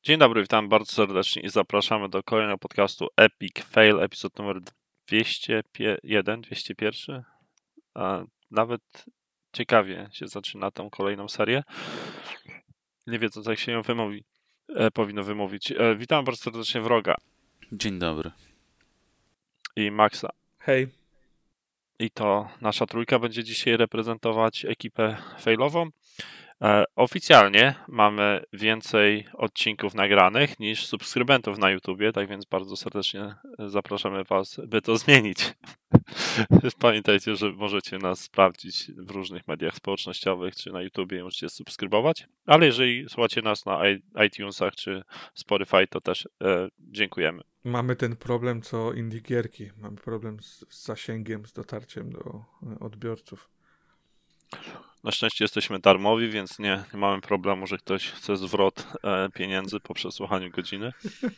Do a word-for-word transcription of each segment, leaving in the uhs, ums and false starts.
Dzień dobry, witam bardzo serdecznie i zapraszamy do kolejnego podcastu Epic Fail, epizod numer dwieście jeden, dwieście jeden. A nawet ciekawie się zaczyna tą kolejną serię. Nie wiedząc, jak się ją wymówi, e, powinno wymówić. E, witam bardzo serdecznie Wroga. Dzień dobry. I Maxa. Hej. I to nasza trójka będzie dzisiaj reprezentować ekipę failową. E, oficjalnie mamy więcej odcinków nagranych niż subskrybentów na YouTubie, tak więc bardzo serdecznie zapraszamy Was, by to zmienić. Pamiętajcie, że możecie nas sprawdzić w różnych mediach społecznościowych czy na YouTubie, możecie subskrybować, ale jeżeli słuchacie nas na iTunesach czy Spotify, to też e, dziękujemy. Mamy ten problem co indie gierki. Mamy problem z, z zasięgiem, z dotarciem do odbiorców. Na szczęście jesteśmy darmowi, więc nie, nie mamy problemu, że ktoś chce zwrot e, pieniędzy po przesłuchaniu godziny.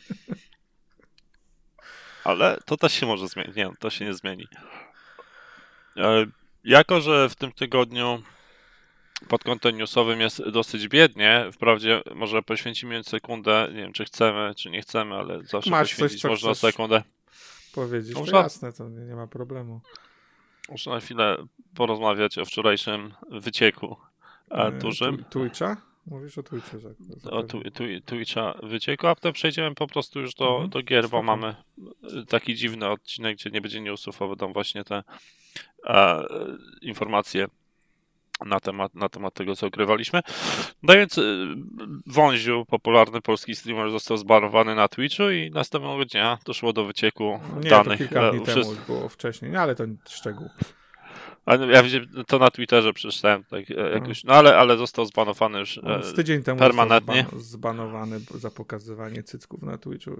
Ale to też się może zmienić. Nie, to się nie zmieni. E, jako, że w tym tygodniu pod kątem newsowym jest dosyć biednie, wprawdzie może poświęcimy sekundę, nie wiem, czy chcemy, czy nie chcemy, ale zawsze Masz poświęcić coś, co można chcesz sekundę. powiedzieć, to Można- jasne, to nie, nie ma problemu. Muszę na chwilę porozmawiać o wczorajszym wycieku e, E, dużym. tu- Twitcha? Mówisz o Twitchu. Za, za O tu, tu, Twitcha wycieku, a potem przejdziemy po prostu już do, Mhm, do gier, bo spoko. mamy taki dziwny odcinek, gdzie nie będzie newsów, a będą właśnie te e, informacje na temat, na temat tego, co ogrywaliśmy. No więc y, Wąziu, popularny polski streamer, został zbanowany na Twitchu i następnego dnia doszło do wycieku Nie, danych. to kilka e, dni u temu wszystkich. już było wcześniej, no ale to szczegół. Ale ja widziałem, to na Twitterze przeczytałem tak, e, jakoś, no ale, ale został zbanowany już On e, z tydzień temu permanentnie. został zban- zbanowany za pokazywanie cycków na Twitchu.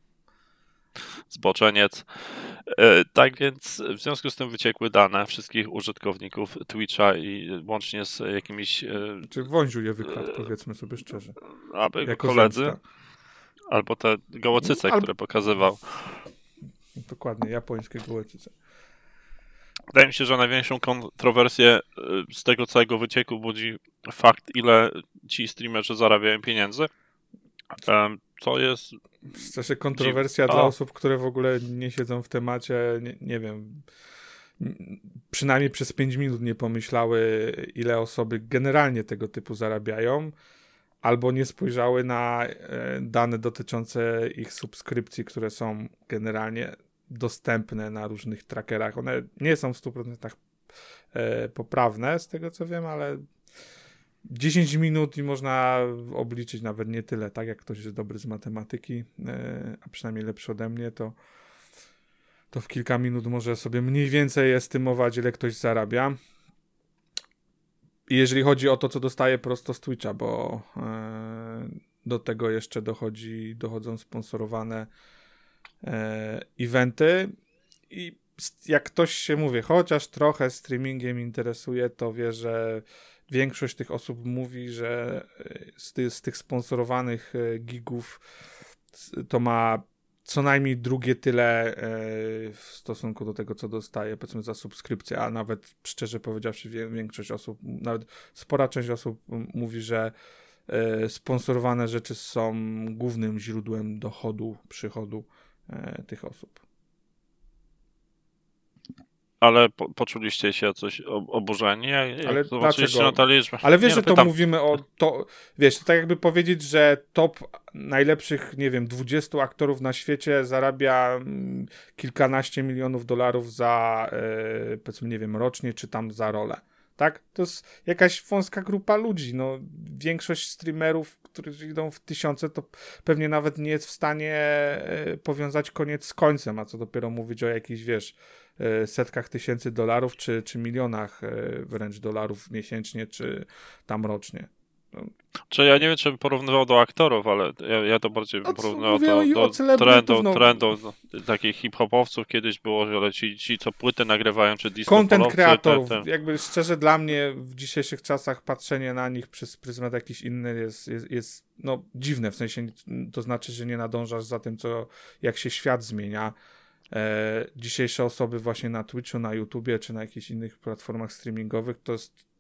Zboczeniec. E, Tak więc w związku z tym wyciekły dane wszystkich użytkowników Twitcha i łącznie z jakimiś e, Czy Wąziu je wykradł, powiedzmy sobie szczerze. albo jego Jako koledzy, zemsta. albo te gołocyce, Albo- które pokazywał. Dokładnie, japońskie gołęcice. Wydaje mi się, że największą kontrowersję y, z tego całego wycieku budzi fakt, ile ci streamerzy zarabiają pieniędzy. Em, Co jest... Szczerze, kontrowersja Dziw- dla O. osób, które w ogóle nie siedzą w temacie, nie, nie wiem, m, przynajmniej przez pięć minut nie pomyślały, ile osoby generalnie tego typu zarabiają, albo nie spojrzały na e, dane dotyczące ich subskrypcji, które są generalnie dostępne na różnych trackerach. One nie są w stu procentach e, poprawne, z tego co wiem, ale dziesięć minut i można obliczyć nawet nie tyle, tak? Jak ktoś jest dobry z matematyki, e, a przynajmniej lepszy ode mnie, to, to w kilka minut może sobie mniej więcej estymować, ile ktoś zarabia. I jeżeli chodzi o to, co dostaje prosto z Twitcha, bo e, do tego jeszcze dochodzi, dochodzą sponsorowane e, eventy i s- jak ktoś się, mówię, chociaż trochę streamingiem interesuje, to wie, że większość tych osób mówi, że e, z, ty, z tych sponsorowanych e, gigów s- to ma co najmniej drugie tyle e, w stosunku do tego, co dostaje, powiedzmy, za subskrypcję, a nawet, szczerze powiedziawszy, wie- większość osób, nawet spora część osób m- mówi, że e, sponsorowane rzeczy są głównym źródłem dochodu, przychodu e, tych osób. Ale po, poczuliście się coś ob- oburzeni? Jak, jak Ale zobaczyliście dlaczego? na te liczby? Ale wiesz, Nie, że no, to pytam. mówimy o to, wiesz, to tak jakby powiedzieć, że top najlepszych, nie wiem, dwudziestu aktorów na świecie zarabia mm, kilkanaście milionów dolarów za, e, powiedzmy, nie wiem, rocznie, czy tam za rolę. Tak? To jest jakaś wąska grupa ludzi. No, większość streamerów, którzy idą w tysiące, to pewnie nawet nie jest w stanie e, powiązać koniec z końcem, a co dopiero mówić o jakichś, wiesz, e, setkach tysięcy dolarów, czy, czy milionach e, wręcz dolarów miesięcznie, czy tam rocznie. Czy ja nie wiem, czy bym porównywał do aktorów, ale ja, ja to bardziej bym No co, porównywał mówię do, o- do o celebrytów, trendów, no. trendów no, takich hip-hopowców kiedyś było, że ci, ci co płyty nagrywają, czy disco Content polowcy, kreatorów, ten- ten- jakby szczerze dla mnie w dzisiejszych czasach patrzenie na nich przez pryzmat jakiś inny jest, jest, jest no, dziwne, w sensie to znaczy, że nie nadążasz za tym, co, jak się świat zmienia. E, dzisiejsze osoby właśnie na Twitchu, na YouTubie, czy na jakichś innych platformach streamingowych, to jest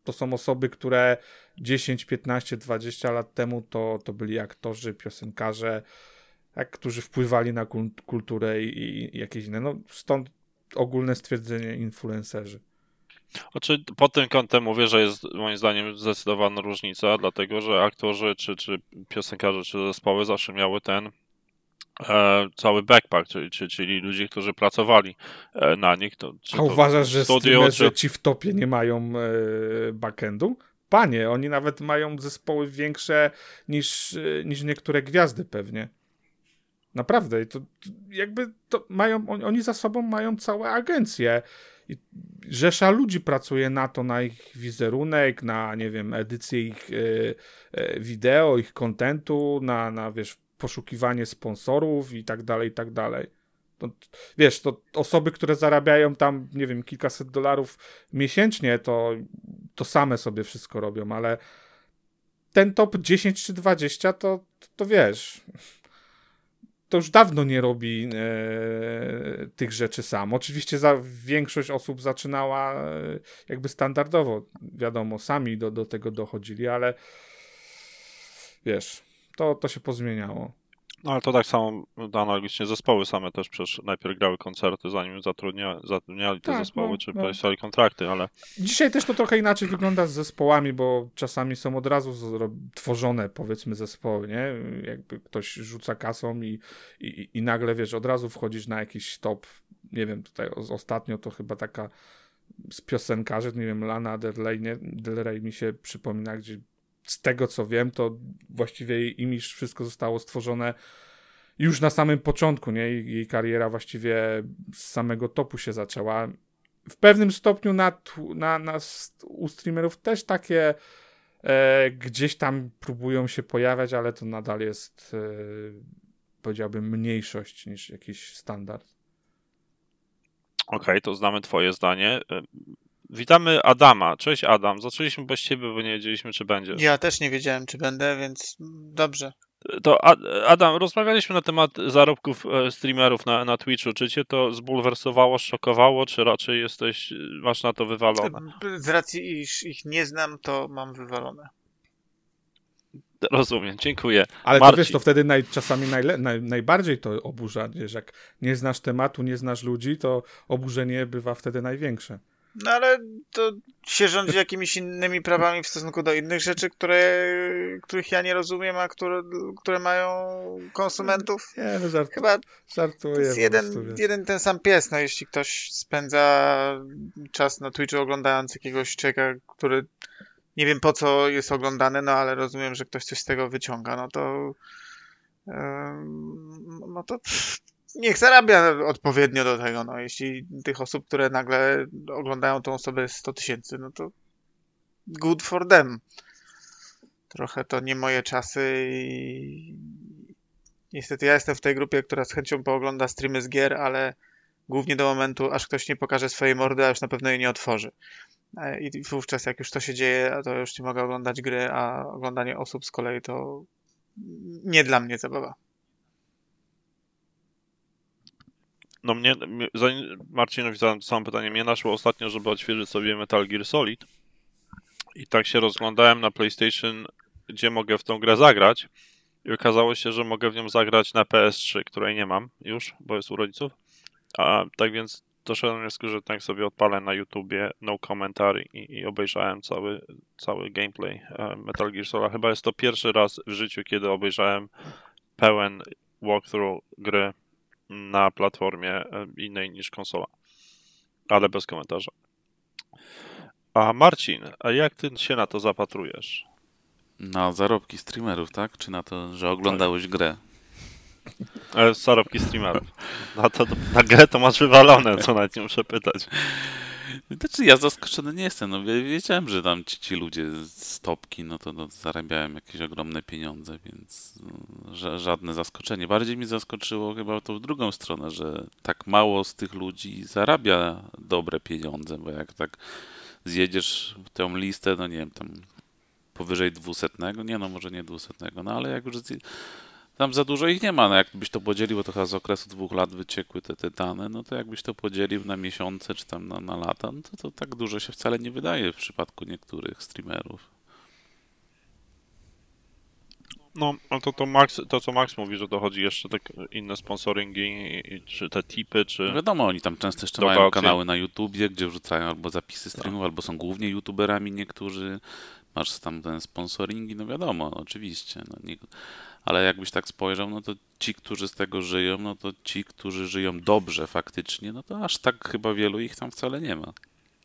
to są osoby, które dziesięć, piętnaście, dwadzieścia lat temu to, to byli aktorzy, piosenkarze, jak, którzy wpływali na kulturę i, i jakieś inne. No, stąd ogólne stwierdzenie influencerzy. Znaczy, pod tym kątem mówię, że jest moim zdaniem zdecydowana różnica, dlatego że aktorzy, czy, czy piosenkarze, czy zespoły zawsze miały ten e, cały backpack, czyli, czyli, czyli ludzie, którzy pracowali e, na nich. To, czy A to uważasz, że studio, streamerzy czy... ci w topie nie mają e, backendu? Panie, oni nawet mają zespoły większe niż, e, niż niektóre gwiazdy pewnie. Naprawdę. I to, to jakby to mają, on, oni za sobą mają całe agencje. I rzesza ludzi pracuje na to, na ich wizerunek, na, nie wiem, edycję ich e, e, wideo, ich kontentu, na, na, wiesz, poszukiwanie sponsorów i tak dalej, i tak dalej. To, wiesz, to osoby, które zarabiają tam, nie wiem, kilkaset dolarów miesięcznie, to, to same sobie wszystko robią, ale ten top dziesięć czy dwadzieścia, to, to, to wiesz... to już dawno nie robi e, tych rzeczy sam. Oczywiście za, większość osób zaczynała e, jakby standardowo, wiadomo, sami do, do tego dochodzili, ale wiesz, to, to się pozmieniało. No ale to tak samo analogicznie zespoły same też przecież najpierw grały koncerty, zanim zatrudnia, zatrudniali te Tak, zespoły, no, czy no. podpisali kontrakty, ale... Dzisiaj też to trochę inaczej wygląda z zespołami, bo czasami są od razu zro- tworzone, powiedzmy, zespoły, nie? Jakby ktoś rzuca kasą i, i, i nagle, wiesz, od razu wchodzisz na jakiś top. Nie wiem, tutaj o- ostatnio to chyba taka z piosenkarzy, nie wiem, Lana Del Rey, nie? Del Rey mi się przypomina, gdzie z tego co wiem, to właściwie jej imidż, wszystko zostało stworzone już na samym początku, nie? Jej, jej kariera właściwie z samego topu się zaczęła. W pewnym stopniu na, na, na, u streamerów też takie e, gdzieś tam próbują się pojawiać, ale to nadal jest e, powiedziałbym mniejszość niż jakiś standard. Okej, okay, to znamy twoje zdanie. Witamy Adama. Cześć Adam. Zaczęliśmy bez ciebie, bo nie wiedzieliśmy, czy będziesz. Ja też nie wiedziałem, czy będę, więc dobrze. To Adam, rozmawialiśmy na temat zarobków streamerów na, na Twitchu. Czy cię to zbulwersowało, szokowało, czy raczej jesteś, masz na to wywalone? Z racji, iż ich nie znam, to mam wywalone. Rozumiem, dziękuję. Ale Marcin. to wiesz, to wtedy naj, czasami najle, naj, najbardziej to oburza, wiesz, jak nie znasz tematu, nie znasz ludzi, to oburzenie bywa wtedy największe. No ale to się rządzi jakimiś innymi prawami w stosunku do innych rzeczy, które, których ja nie rozumiem, a które, które mają konsumentów. Nie, no żart, Chyba żartuję. to jest jeden, prostu, jeden ten sam pies. No, jeśli ktoś spędza czas na Twitchu oglądając jakiegoś człowieka, który nie wiem po co jest oglądany, no ale rozumiem, że ktoś coś z tego wyciąga, no to yy, no to niech zarabia odpowiednio do tego, no jeśli tych osób, które nagle oglądają tą osobę jest sto tysięcy, no to good for them. Trochę to nie moje czasy i niestety ja jestem w tej grupie, która z chęcią poogląda streamy z gier, ale głównie do momentu, aż ktoś nie pokaże swojej mordy, a już na pewno jej nie otworzy. I wówczas jak już to się dzieje, to już nie mogę oglądać gry, a oglądanie osób z kolei to nie dla mnie zabawa. No mnie, zanim Marcinowi zadałem to samo pytanie, mnie naszło ostatnio, żeby odświeżyć sobie Metal Gear Solid i tak się rozglądałem na PlayStation, gdzie mogę w tą grę zagrać i okazało się, że mogę w nią zagrać na P S trzy, której nie mam już, bo jest u rodziców, a tak więc doszedłem do wniosku, że tak sobie odpalę na YouTubie no commentary i, i obejrzałem cały, cały gameplay Metal Gear Solid. Chyba jest to pierwszy raz w życiu, kiedy obejrzałem pełen walkthrough gry na platformie innej niż konsola, ale bez komentarza. A Marcin, a jak ty się na to zapatrujesz? Na zarobki streamerów, tak? Czy na to, że oglądałeś tak. grę? E, zarobki streamerów. Na, to, na grę to masz wywalone, co nawet nie muszę pytać. Znaczy ja zaskoczony nie jestem. No, wiedziałem, że tam ci, ci ludzie z topki, no to no, zarabiają jakieś ogromne pieniądze, więc no, żadne zaskoczenie. Bardziej mi zaskoczyło chyba to w drugą stronę, że tak mało z tych ludzi zarabia dobre pieniądze, bo jak tak zjedziesz tę listę, no nie wiem, tam powyżej dwusetnego, nie no może nie dwusetnego, no ale jak już Tam za dużo ich nie ma, no jakbyś to podzielił, bo to chyba z okresu dwóch lat wyciekły te, te dane, no to jakbyś to podzielił na miesiące czy tam na, na lata, no to, to tak dużo się wcale nie wydaje w przypadku niektórych streamerów. No, ale to, to, Max, to co Max mówi, że dochodzi jeszcze tak inne sponsoringi, i- i- czy te tipy, czy... No wiadomo, oni tam często jeszcze Dotacje. mają kanały na YouTubie, gdzie wrzucają albo zapisy streamów, albo są głównie YouTuberami niektórzy. Masz tam ten sponsoringi, no wiadomo, oczywiście. No nie, ale jakbyś tak spojrzał, no to ci, którzy z tego żyją, no to ci, którzy żyją dobrze faktycznie, no to aż tak chyba wielu ich tam wcale nie ma.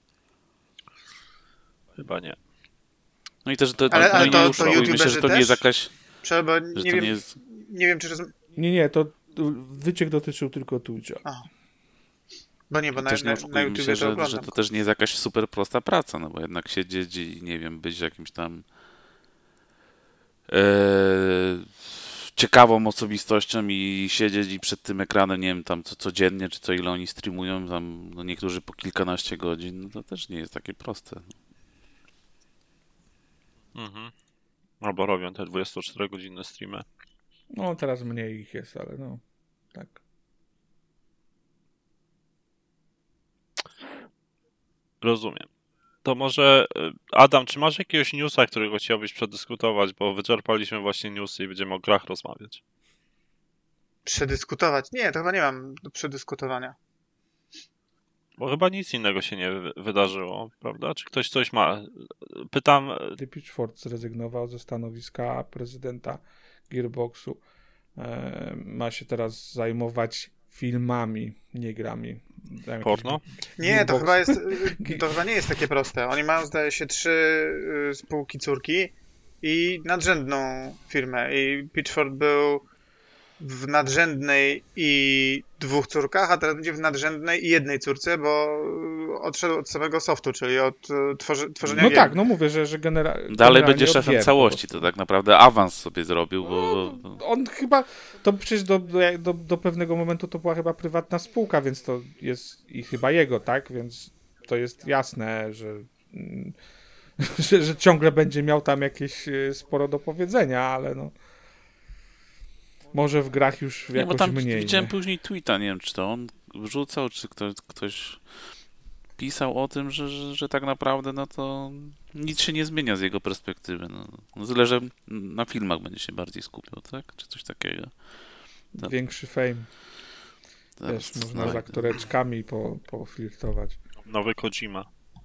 Chyba nie. No i też to, Ale- no ale i to- już to myślę, że YouTuberzy to nie jest też? jakaś... Trzeba, bo Że nie to wiem, nie jest... nie wiem, czy roz... Nie, nie, to wyciek dotyczył tylko Twitcha. Aha. Bo nie, bo na, Też nie na, na oszukujmy YouTubie się, to że, że oglądam. to też nie jest jakaś super prosta praca, no bo jednak siedzieć i nie wiem, być jakimś tam e, ciekawą osobistością i siedzieć i przed tym ekranem, nie wiem, tam co, codziennie, czy co ile oni streamują, tam no niektórzy po kilkanaście godzin, no to też nie jest takie proste. Mhm. Albo robią te dwudziestoczterogodzinne streamy. No, teraz mniej ich jest, ale no, tak. Rozumiem. To może, y, Adam, czy masz jakiegoś newsa, którego chciałbyś przedyskutować, bo wyczerpaliśmy właśnie newsy i będziemy o grach rozmawiać. Przedyskutować? Nie, to chyba nie mam do przedyskutowania. Bo chyba nic innego się nie wy- wydarzyło, prawda? Czy ktoś coś ma? Pytam, The Pitchfork zrezygnował ze stanowiska prezydenta Gearboxu. E, ma się teraz zajmować filmami, nie grami. Tam porno? Nie, to Gearbox. chyba jest, y, to chyba nie jest takie proste. Oni mają, zdaje się, trzy y, spółki córki i nadrzędną firmę. I Pitchfork był w nadrzędnej i dwóch córkach, a teraz będzie w nadrzędnej i jednej córce, bo y, odszedł od samego softu, czyli od y, tworzy, tworzenia No gier. tak, no mówię, że, że genera- Dalej generalnie będzie od szefem gier po całości, prostu. to tak naprawdę awans sobie zrobił, bo... No, on chyba, to przecież do, do, do, do pewnego momentu to była chyba prywatna spółka, więc to jest i chyba jego, tak? Więc to jest jasne, że, mm, że, że ciągle będzie miał tam jakieś y, sporo do powiedzenia, ale no może w grach już Nie, bo jakoś tam mniej. widziałem Nie? później tweeta, nie wiem, czy to on wrzucał, czy ktoś, ktoś pisał o tym, że, że, że tak naprawdę no to nic się nie zmienia z jego perspektywy. No. No tyle, że na filmach będzie się bardziej skupiał, tak? Czy coś takiego. tak. Większy fame. Teraz, Też można no, z aktoreczkami po, poflirtować. Nowy Kojima.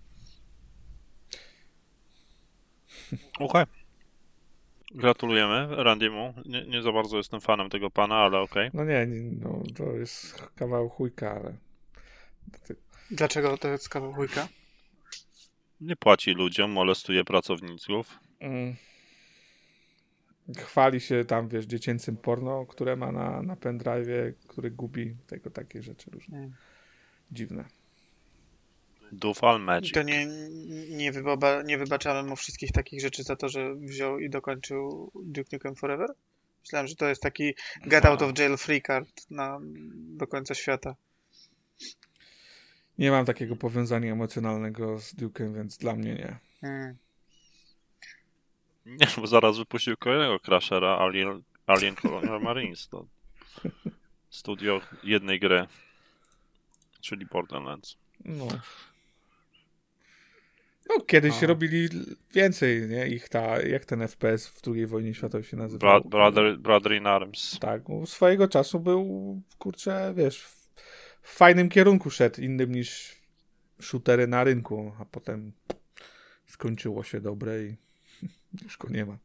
Okej. Gratulujemy Randiemu. Nie, nie za bardzo jestem fanem tego pana, ale okej. No nie, nie no, to jest kawał chujka, ale Dlaczego to jest kawał chujka? Nie płaci ludziom, molestuje pracowników. Mm. Chwali się tam, wiesz, dziecięcym porno, które ma na, na pendrive'ie, który gubi tego takie rzeczy różne. Mm. Dziwne. Dufal Magic. To nie, nie, wyboba, nie wybaczamy mu wszystkich takich rzeczy za to, że wziął i dokończył Duke Nukem Forever? Myślałem, że to jest taki get out of jail free card na, do końca świata. Nie mam takiego powiązania emocjonalnego z Duke'em, więc dla mnie nie. Hmm. Nie, bo zaraz wypuścił kolejnego Crashera, Alien, Alien Colonial Marines. To studio jednej gry, czyli Borderlands. No. No, kiedyś Aha. robili więcej, nie? Ich ta, jak ten F P S w drugiej wojnie światowej się nazywał. Bra- brother, brother in Arms. Tak, bo swojego czasu był, kurczę, wiesz, w, w fajnym kierunku szedł, innym niż shootery na rynku, a potem skończyło się dobre i już go nie ma.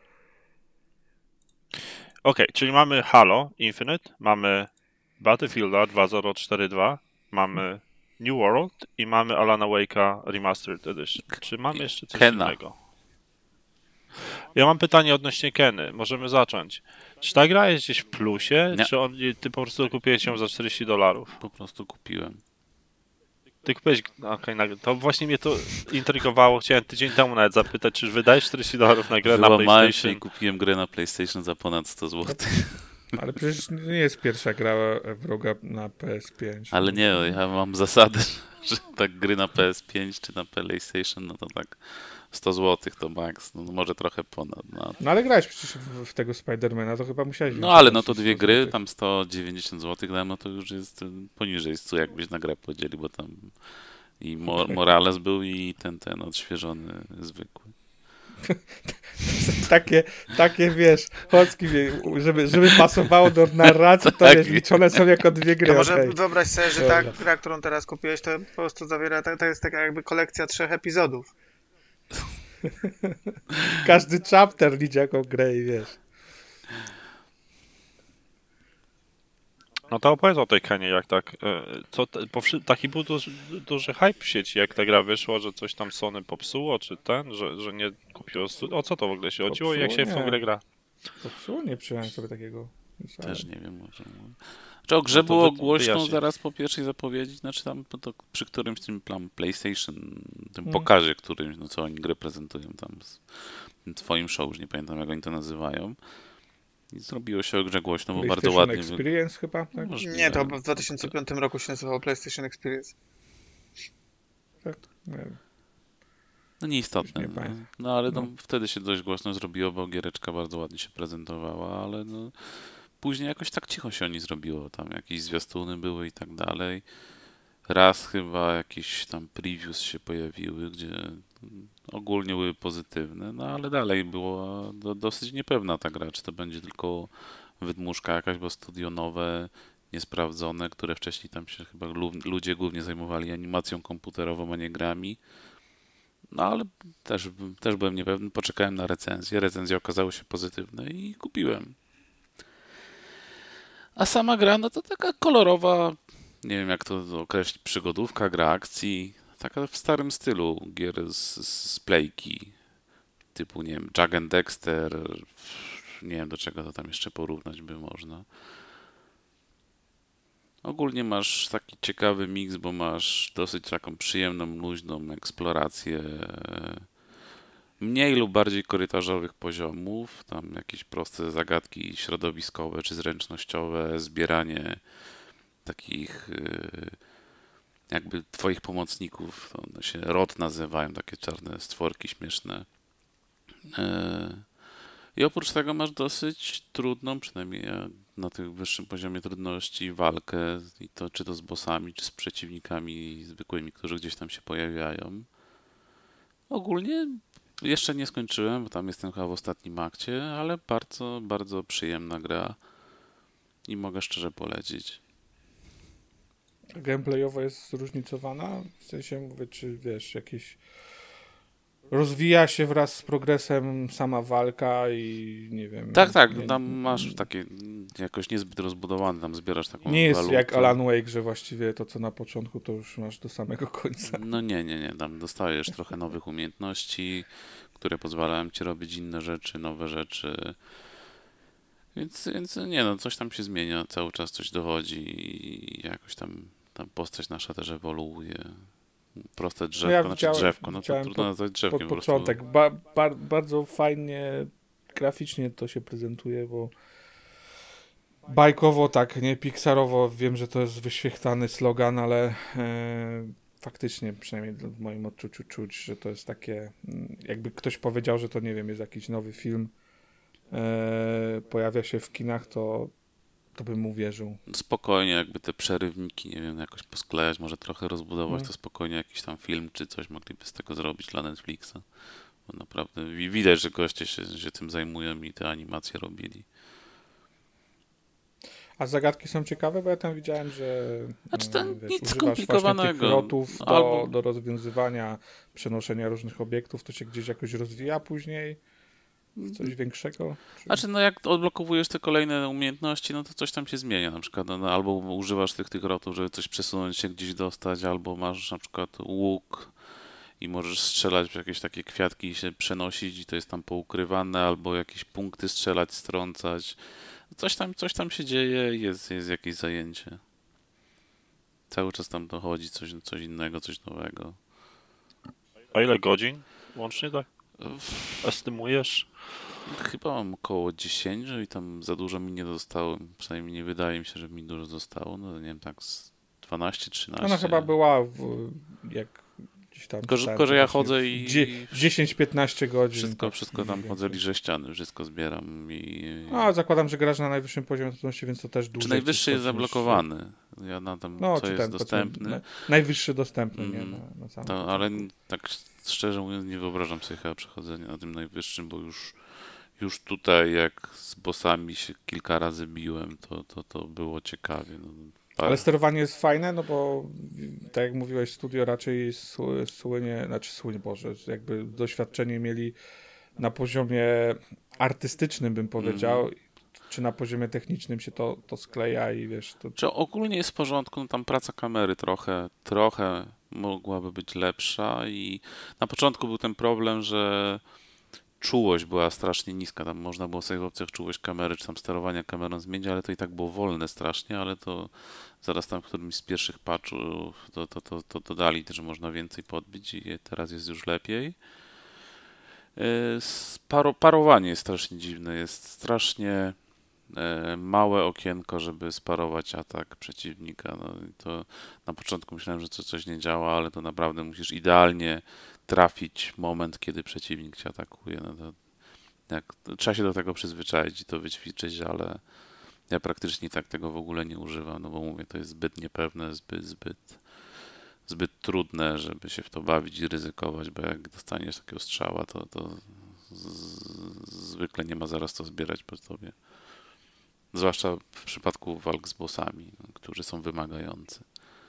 Okej, czyli mamy Halo Infinite, mamy Battlefielda dwa zero cztery dwa, mamy New World i mamy Alana Wake'a Remastered Edition. Czy mamy jeszcze coś Kena. innego? Ja mam pytanie odnośnie Keny. Możemy zacząć. Czy ta gra jest gdzieś w plusie, Nie. czy on, ty po prostu kupiłeś ją za czterdzieści dolarów? Po prostu kupiłem. Ty kupiłeś... Okej, na- to właśnie mnie to intrygowało. Chciałem tydzień temu nawet zapytać, czy wydajesz czterdzieści dolarów na grę na Wyłamałem się PlayStation? i kupiłem grę na PlayStation za ponad sto złotych. Ale przecież nie jest pierwsza gra wroga na P S pięć. Ale nie, no, ja mam zasadę, że tak gry na P S pięć czy na PlayStation, no to tak sto złotych to max, no może trochę ponad. No, No ale grałeś przecież w, w tego Spidermana, to chyba musiałeś no więcej ale no to płacić, dwie sto gry, złotych. tam sto dziewięćdziesiąt złotych dałem, no to już jest y, poniżej stu, jakbyś na grę podzielił, bo tam i Mo- Morales był i ten, ten odświeżony zwykły. Takie, takie wiesz, Chocki, wie, żeby, żeby pasowało do narracji, to Tak. wiesz, liczone są jako dwie gry. To może okej. wyobraź sobie, że ta Dobra. gra, którą teraz kupiłeś, to po prostu zawiera, to, to jest taka jakby kolekcja trzech epizodów. Każdy chapter liczy jako grę i wiesz. No to opowiedz o tej Kenie, jak tak, e, co, te- po wszy- taki był duży, duży hype w sieci, jak ta gra wyszła, że coś tam Sony popsuło, czy ten, że, że nie kupiło stu... O co to w ogóle się chodziło i jak się w tą Nie. grę gra? Popsuło? Nie przyjąłem sobie takiego. myślałem. Też nie wiem, może. Czy o grze No to było wy- głośno wyjaśnij. zaraz po pierwszej zapowiedzi? Znaczy tam po to, przy którymś tym plan PlayStation, tym Hmm. pokazie którymś, no co oni grę prezentują tam z tym twoim show, już nie pamiętam jak oni to nazywają. I zrobiło się o grze głośno, bo bardzo PlayStation ładnie wy- Experience chyba, tak? Możliwe. Nie, to w dwa tysiące piątym roku się nazywało PlayStation Experience. tak? Nie wiem. No nieistotne. Już nie No, pamiętam. no ale no, No. wtedy się dość głośno zrobiło, bo giereczka bardzo ładnie się prezentowała, ale no, później jakoś tak cicho się o niej zrobiło. Tam jakieś zwiastuny były i tak dalej. Raz chyba jakieś tam previews się pojawiły, gdzie mm, ogólnie były pozytywne, no ale dalej była do, dosyć niepewna ta gra, czy to będzie tylko wydmuszka jakaś, bo studio nowe, niesprawdzone, które wcześniej tam się chyba lu- ludzie głównie zajmowali animacją komputerową, a nie grami. No ale też, też byłem niepewny, poczekałem na recenzję, recenzje okazały się pozytywne i kupiłem. A sama gra, no to taka kolorowa, nie wiem jak to określić, przygodówka, gra akcji, taka w starym stylu gier z, z Playki, typu, nie wiem, Jak and Dexter, nie wiem do czego to tam jeszcze porównać by można. Ogólnie masz taki ciekawy miks, bo masz dosyć taką przyjemną, luźną eksplorację mniej lub bardziej korytarzowych poziomów, tam jakieś proste zagadki środowiskowe czy zręcznościowe, zbieranie takich y, jakby twoich pomocników, to one się rot nazywają, takie czarne stworki śmieszne. Y, I oprócz tego masz dosyć trudną, przynajmniej ja na tym wyższym poziomie trudności, walkę, i to czy to z bossami, czy z przeciwnikami zwykłymi, którzy gdzieś tam się pojawiają. Ogólnie jeszcze nie skończyłem, bo tam jestem chyba w ostatnim akcie, ale bardzo, bardzo przyjemna gra i mogę szczerze polecić. Gameplayowo jest zróżnicowana? W sensie mówię, czy wiesz, jakieś rozwija się wraz z progresem sama walka i nie wiem... Tak, tak, nie, tam masz takie jakoś niezbyt rozbudowane, tam zbierasz taką nie jest walutę. jak Alan Wake, że właściwie to, co na początku, to już masz do samego końca. No nie, nie, nie, tam dostajesz trochę nowych umiejętności, które pozwalają ci robić inne rzeczy, nowe rzeczy. Więc, więc nie no, coś tam się zmienia, cały czas coś dochodzi i jakoś tam ta postać nasza też ewoluuje. Proste drzewko, ja znaczy widziałem- drzewko, no to widziałem trudno pod- nazwać Pod drzewkiem po prostu. początek. Ba, ba, bardzo fajnie graficznie to się prezentuje, bo bajkowo tak, nie Pixarowo, wiem, że to jest wyświechtany slogan, ale e, faktycznie, przynajmniej w moim odczuciu czuć, że to jest takie, mm, jakby ktoś powiedział, że to nie wiem, jest jakiś nowy film, e, pojawia się w kinach, to, to bym mu wierzył. Spokojnie jakby te przerywniki, nie wiem, jakoś posklejać, może trochę rozbudować, Mm. to spokojnie jakiś tam film czy coś mogliby z tego zrobić dla Netflixa. Bo naprawdę wi- widać, że goście się, się tym zajmują i te animacje robili. A zagadki są ciekawe, bo ja tam widziałem, że Znaczy, to e, nic wiesz, używasz właśnie tych skomplikowanego. rotów do, Albo- do rozwiązywania, przenoszenia różnych obiektów, to się gdzieś jakoś rozwija później w coś większego? Czy... Znaczy, no jak odblokowujesz te kolejne umiejętności, no to coś tam się zmienia. Na przykład no, albo używasz tych, tych rotów, żeby coś przesunąć się gdzieś dostać, albo masz na przykład łuk i możesz strzelać w jakieś takie kwiatki i się przenosić i to jest tam poukrywane, albo jakieś punkty strzelać, strącać. Coś tam, coś tam się dzieje i jest, jest jakieś zajęcie. Cały czas tam dochodzi coś, coś innego, coś nowego. A ile godzin łącznie, tak? estymujesz? Chyba mam około dziesięć i tam za dużo mi nie zostało. Przynajmniej nie wydaje mi się, że mi dużo zostało. No nie wiem, tak z dwanaście trzynaście. Ona chyba była w, jak gdzieś tam Tylko, że, czytałem, tylko, że ja właśnie chodzę w i dzie- dziesięć piętnaście godzin. wszystko, tak wszystko tam mniej chodzę, więcej. liżę ściany, wszystko zbieram i... No, zakładam, że grasz na najwyższym poziomie trudności, więc to też dłużej. Czy najwyższy ci jest schodzi niż- zablokowany? Ja na tam, No, co czy jest ten, dostępny. na, najwyższy dostępny, nie? Mm, Na, na samym To, początku. ale tak szczerze mówiąc nie wyobrażam sobie chyba przechodzenia na tym najwyższym, bo już, już tutaj jak z bossami się kilka razy biłem, to, to, to było ciekawie. No, Ale sterowanie jest fajne, no bo tak jak mówiłeś, studio raczej sły- słynie, znaczy słynie, Boże, jakby doświadczenie mieli na poziomie artystycznym, bym powiedział, Mhm. czy na poziomie technicznym się to, to skleja i wiesz, to... Czy ogólnie jest w porządku, no tam praca kamery trochę, trochę mogłaby być lepsza i na początku był ten problem, że czułość była strasznie niska, tam można było sobie w opcjach czułość kamery, czy tam sterowania kamerą zmienić, ale to i tak było wolne strasznie, ale to zaraz tam w którymś z pierwszych patchów to, to, to, to dodali, że można więcej podbić i teraz jest już lepiej. Yy, Paro, parowanie jest strasznie dziwne, jest strasznie e, małe okienko, żeby sparować atak przeciwnika. No, i to na początku myślałem, że to coś nie działa, ale to naprawdę musisz idealnie trafić moment, kiedy przeciwnik cię atakuje. No to jak, to trzeba się do tego przyzwyczaić i to wyćwiczyć, ale ja praktycznie tak tego w ogóle nie używam, no bo mówię, to jest zbyt niepewne, zbyt, zbyt, zbyt trudne, żeby się w to bawić i ryzykować, bo jak dostaniesz takiego strzała, to, to z, zwykle nie ma zaraz to zbierać po tobie. Zwłaszcza w przypadku walk z bossami, którzy są wymagający.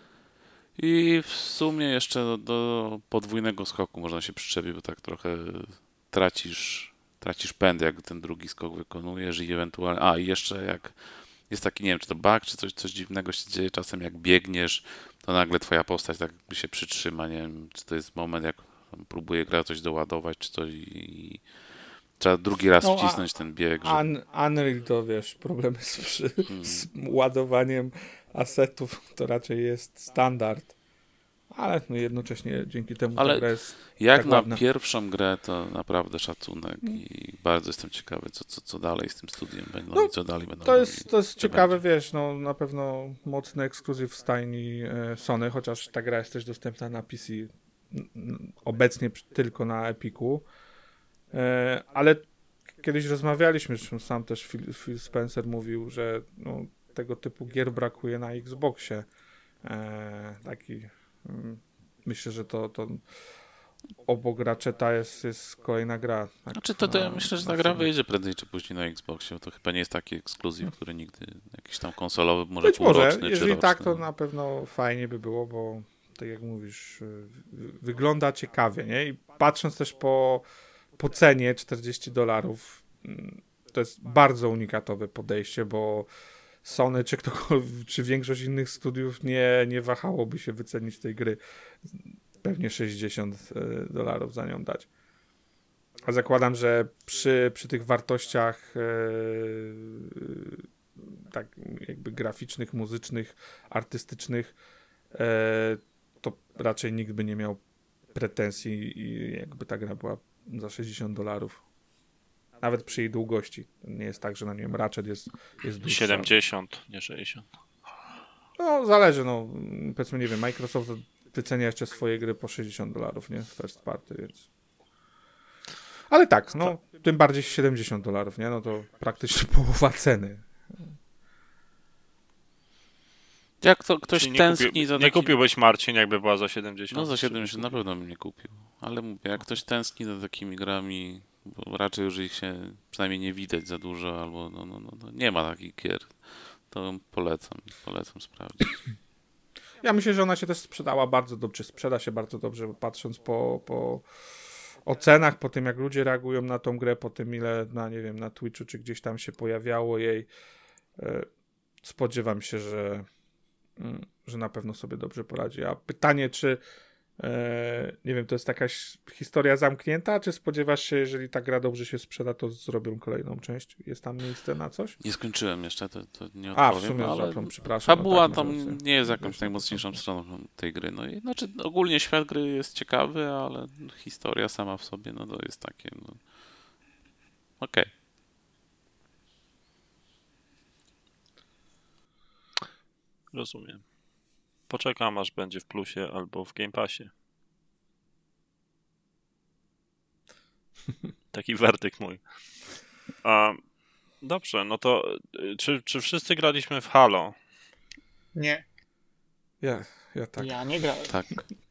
I w sumie jeszcze do, do podwójnego skoku można się przyczepić, bo tak trochę tracisz, tracisz pęd, jak ten drugi skok wykonujesz i ewentualnie... A, i jeszcze jak jest taki, nie wiem, czy to bug, czy coś, coś dziwnego się dzieje czasem, jak biegniesz, to nagle twoja postać tak jakby się przytrzyma, nie wiem, czy to jest moment, jak próbuje gra coś doładować, czy coś i trzeba drugi raz No, a- wcisnąć ten bieg, żeby... Un, Unreal to wiesz, problemy z, przy, Hmm. z ładowaniem asetów to raczej jest standard. Ale no jednocześnie dzięki temu Ale ta gra jest Jak tak na ładna. pierwszą grę, to naprawdę szacunek i bardzo jestem ciekawy, co, co, co dalej z tym studiem będą No, i co dalej będą To robili. jest, to jest Czy ciekawe, będzie. wiesz, no na pewno mocny ekskluzyw w stajni e, Sony, chociaż ta gra jest też dostępna na P C n- n- obecnie przy- tylko na Epiku. E, ale kiedyś rozmawialiśmy, zresztą sam też Phil, Phil Spencer mówił, że no, tego typu gier brakuje na Xboxie. E, taki mm, myślę, że to, to obok Ratcheta jest, jest kolejna gra. Tak, Znaczy to, to ja na- myślę, że na ta gra Sony. wyjdzie prędzej czy później na Xboxie, bo to chyba nie jest taki ekskluzyw, który nigdy jakiś tam konsolowy, może Być może, półroczny czy jeżeli roczny. tak, to na pewno fajnie by było, bo tak jak mówisz, y, wygląda ciekawie, nie? I patrząc też po, po cenie czterdzieści dolarów, mm, to jest bardzo unikatowe podejście, bo Sony czy ktokolwiek, czy większość innych studiów nie, nie wahałoby się wycenić tej gry. Pewnie sześćdziesiąt dolarów za nią dać. A zakładam, że przy, przy tych wartościach yy, tak jakby graficznych, muzycznych, artystycznych, e, to raczej nikt by nie miał pretensji i jakby ta gra była za sześćdziesiąt dolarów. Nawet przy jej długości. Nie jest tak, że na nim Ratchet jest, jest dłuższa. siedemdziesiąt, nie sześćdziesiąt. No zależy, no powiedzmy, nie wiem, Microsoft wycenia jeszcze swoje gry po sześćdziesiąt dolarów, nie? First party, więc... Ale tak, no tym bardziej siedemdziesiąt dolarów, nie? No to praktycznie połowa ceny. Jak to ktoś Czyli nie tęskni kupił, za nie takim... kupiłbyś, Marcin, jakby była za siedemdziesiąt? No za czy siedemdziesiąt na kupił? pewno bym nie kupił. Ale mówię, jak ktoś tęskni za takimi grami, bo raczej już ich się przynajmniej nie widać za dużo, albo no, no, no, no, nie ma takich gier, to polecam, polecam sprawdzić. Ja myślę, że ona się też sprzedała bardzo dobrze, sprzeda się bardzo dobrze, bo patrząc po, po ocenach, po tym jak ludzie reagują na tą grę, po tym ile na, nie wiem, na Twitchu czy gdzieś tam się pojawiało jej, e, spodziewam się, że, mm, że na pewno sobie dobrze poradzi. A pytanie, czy E, nie wiem, to jest jakaś historia zamknięta, czy spodziewasz się, jeżeli ta gra dobrze się sprzeda, to zrobią kolejną część? Jest tam miejsce na coś? Nie skończyłem jeszcze, to, to nie A, odpowiem, w sumie, ale zapraszam, przepraszam. fabuła no tak, tam może nie jest sobie- jakąś wiesz, najmocniejszą to- stroną tej gry. No i znaczy ogólnie świat gry jest ciekawy, ale historia sama w sobie, no to jest takie, no... Okej. Rozumiem. Poczekam, aż będzie w plusie albo w Game Passie. Taki werdykt mój. A, dobrze, no to y, czy, czy wszyscy graliśmy w Halo? Nie, Ja, ja tak. ja nie grałem. Tak.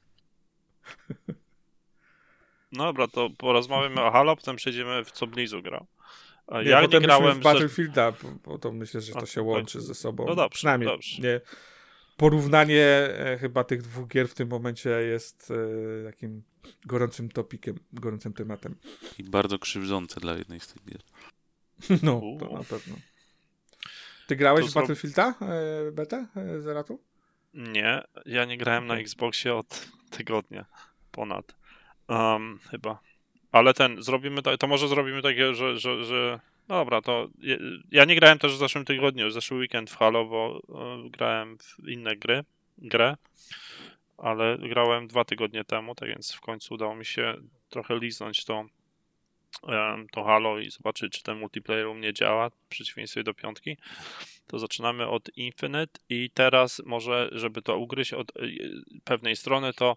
No dobra, to porozmawiamy o Halo, potem przejdziemy w co Blizu grał. A Nie, ja potem nie grałem byśmy w w Battlefielda, bo, bo to myślę, że A, to się okej. łączy ze sobą. No dobrze, Przynajmniej dobrze. nie. Porównanie e, chyba tych dwóch gier w tym momencie jest e, takim gorącym topikiem, gorącym tematem. I bardzo krzywdzące dla jednej z tych gier. No, Uuu. to na pewno. Ty grałeś To w zro- Battlefielda, e, betę, e, Zeratu? Nie, ja nie grałem na Okej. Xboxie od tygodnia ponad. Um, chyba. Ale ten, zrobimy tak, to może zrobimy takie, że, że, że no dobra, to ja, ja nie grałem też w zeszłym tygodniu, w zeszły weekend w Halo, bo e, grałem w inne gry, grę, ale grałem dwa tygodnie temu, tak więc w końcu udało mi się trochę liznąć to, em, to Halo i zobaczyć, czy ten multiplayer u mnie działa, w przeciwieństwie do piątki. To zaczynamy od Infinite i teraz może, żeby to ugryźć od e, pewnej strony, to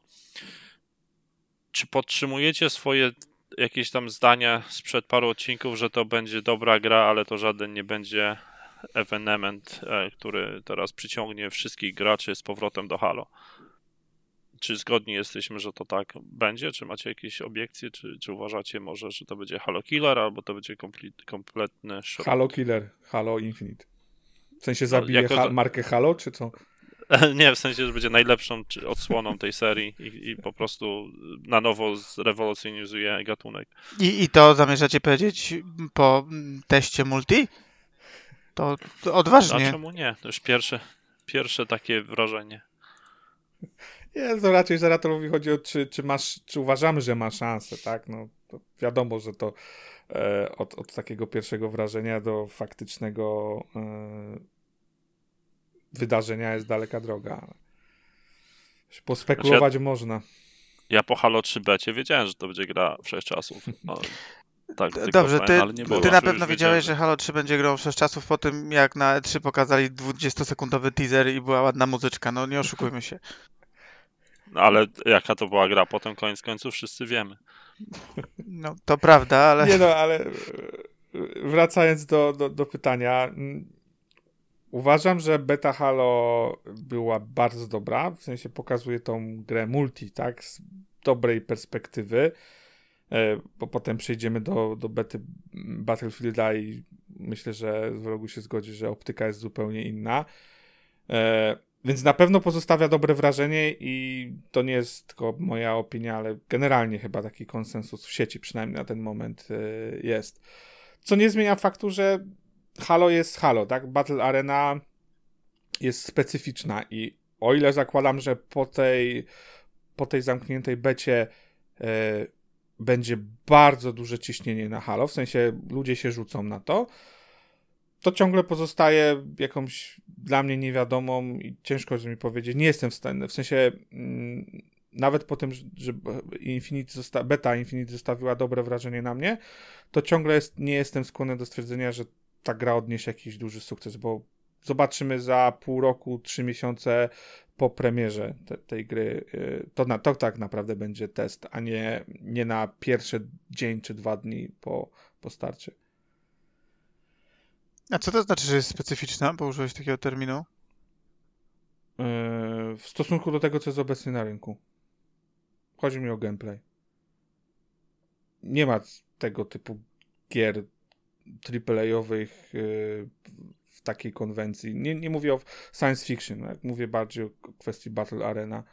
czy podtrzymujecie swoje jakieś tam zdania sprzed paru odcinków, że to będzie dobra gra, ale to żaden nie będzie ewenement, e, który teraz przyciągnie wszystkich graczy z powrotem do Halo? Czy zgodni jesteśmy, że to tak będzie? Czy macie jakieś obiekcje? Czy, czy uważacie może, że to będzie Halo Killer, albo to będzie komplet, kompletny szrot? Halo Killer, Halo Infinite. W sensie No, zabije jako ha- za- markę Halo, czy co? Nie, w sensie, że będzie najlepszą czy odsłoną tej serii i, i po prostu na nowo zrewolucjonizuje gatunek. I, I to zamierzacie powiedzieć po mm, teście multi? To, to A odważnie. czemu nie? To już pierwsze, pierwsze takie wrażenie. Nie, to raczej Zeratolowi chodzi o czy, czy masz, czy uważamy, że ma szansę, tak? No, to wiadomo, że to e, od, od takiego pierwszego wrażenia do faktycznego e, wydarzenia jest daleka droga. Pospekulować można. Ja po Halo trzy becie wiedziałem, że to będzie gra wszechczasów. No, tak, tylko Dobrze, powiem, ty, ale nie było. ty Już na pewno wiedziałem, wiedziałeś, że Halo trzy będzie grą wszechczasów po tym, jak na E trzy pokazali dwudziestosekundowy teaser i była ładna muzyczka. No nie oszukujmy się. No, ale jaka to była gra? Potem koniec końców wszyscy wiemy. No to prawda, ale... Nie no, ale e, wracając do, do, do pytania, mm, uważam, że beta Halo była bardzo dobra, w sensie pokazuje tą grę multi, tak, z dobrej perspektywy, e, bo potem przejdziemy do, do bety Battlefielda i myślę, że wrogu się zgodzi, że optyka jest zupełnie inna. E, Więc na pewno pozostawia dobre wrażenie i to nie jest tylko moja opinia, ale generalnie chyba taki konsensus w sieci przynajmniej na ten moment y, jest. Co nie zmienia faktu, że Halo jest Halo, tak? Battle Arena jest specyficzna i o ile zakładam, że po tej, po tej zamkniętej becie y, będzie bardzo duże ciśnienie na Halo, w sensie ludzie się rzucą na to, to ciągle pozostaje jakąś dla mnie niewiadomą i ciężko mi powiedzieć. Nie jestem w stanie, w sensie mm, nawet po tym, że Infinity zosta- beta Infinity zostawiła dobre wrażenie na mnie, to ciągle jest, nie jestem skłonny do stwierdzenia, że ta gra odniesie jakiś duży sukces, bo zobaczymy za pół roku, trzy miesiące po premierze te, tej gry. To, na, to tak naprawdę będzie test, a nie, nie na pierwszy dzień czy dwa dni po, po starcie. A co to znaczy, że jest specyficzna? Bo użyłeś takiego terminu. W stosunku do tego, co jest obecnie na rynku. Chodzi mi o gameplay. Nie ma tego typu gier triple A-owych w takiej konwencji. Nie, nie mówię o science fiction, jak mówię bardziej o kwestii Battle Arena.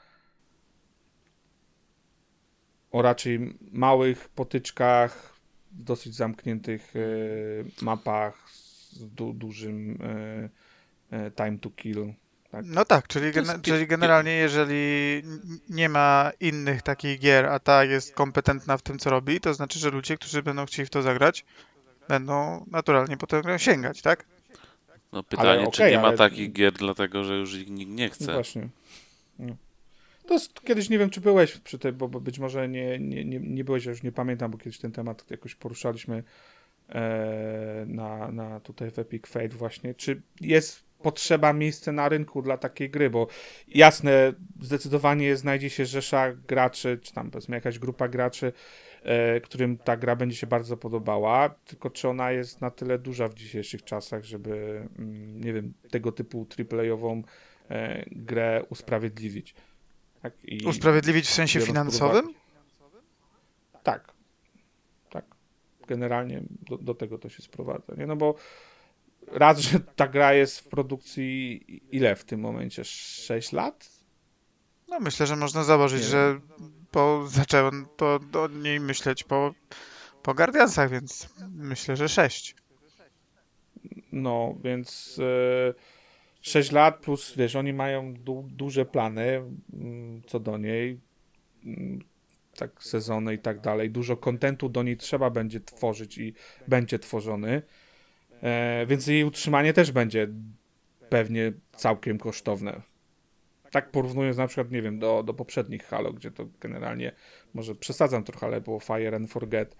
O raczej małych potyczkach, dosyć zamkniętych mapach z du- dużym time to kill. Tak? No tak, czyli, To jest gene- pi- czyli generalnie jeżeli n- nie ma innych takich gier, a ta jest kompetentna w tym, co robi, to znaczy, że ludzie, którzy będą chcieli w to zagrać, będą naturalnie po tę grę sięgać, tak? No pytanie, czy okej, nie ma ale- takich gier, dlatego że już ich nikt nie No chce. właśnie. No. To jest, kiedyś nie wiem, czy byłeś przy tej, bo, bo być może nie, nie, nie, nie byłeś, ja już nie pamiętam, bo kiedyś ten temat jakoś poruszaliśmy e, na, na tutaj w Epic Fate właśnie. Czy jest potrzeba, miejsce na rynku dla takiej gry, bo jasne, zdecydowanie znajdzie się rzesza graczy, czy tam powiedzmy jakaś grupa graczy, e, którym ta gra będzie się bardzo podobała, tylko czy ona jest na tyle duża w dzisiejszych czasach, żeby, mm, nie wiem, tego typu triple-ową e, grę usprawiedliwić. Tak? I Usprawiedliwić w sensie biorąc pod finansowym? uwagę- Tak. Tak. Generalnie do, do tego to się sprowadza. Nie? No bo raz, że ta gra jest w produkcji ile w tym momencie? sześć lat? No myślę, że można założyć, Nie że po, zacząłem to o niej myśleć po, po Guardiansach, więc myślę, że sześć. No, więc e, sześć lat plus, wiesz, oni mają du, duże plany mm, co do niej, mm, tak sezony i tak dalej. Dużo kontentu do niej trzeba będzie tworzyć i będzie tworzony, e, więc jej utrzymanie też będzie pewnie całkiem kosztowne. Tak porównując na przykład, nie wiem, do, do poprzednich Halo, gdzie to generalnie, może przesadzam trochę, ale było Fire and Forget.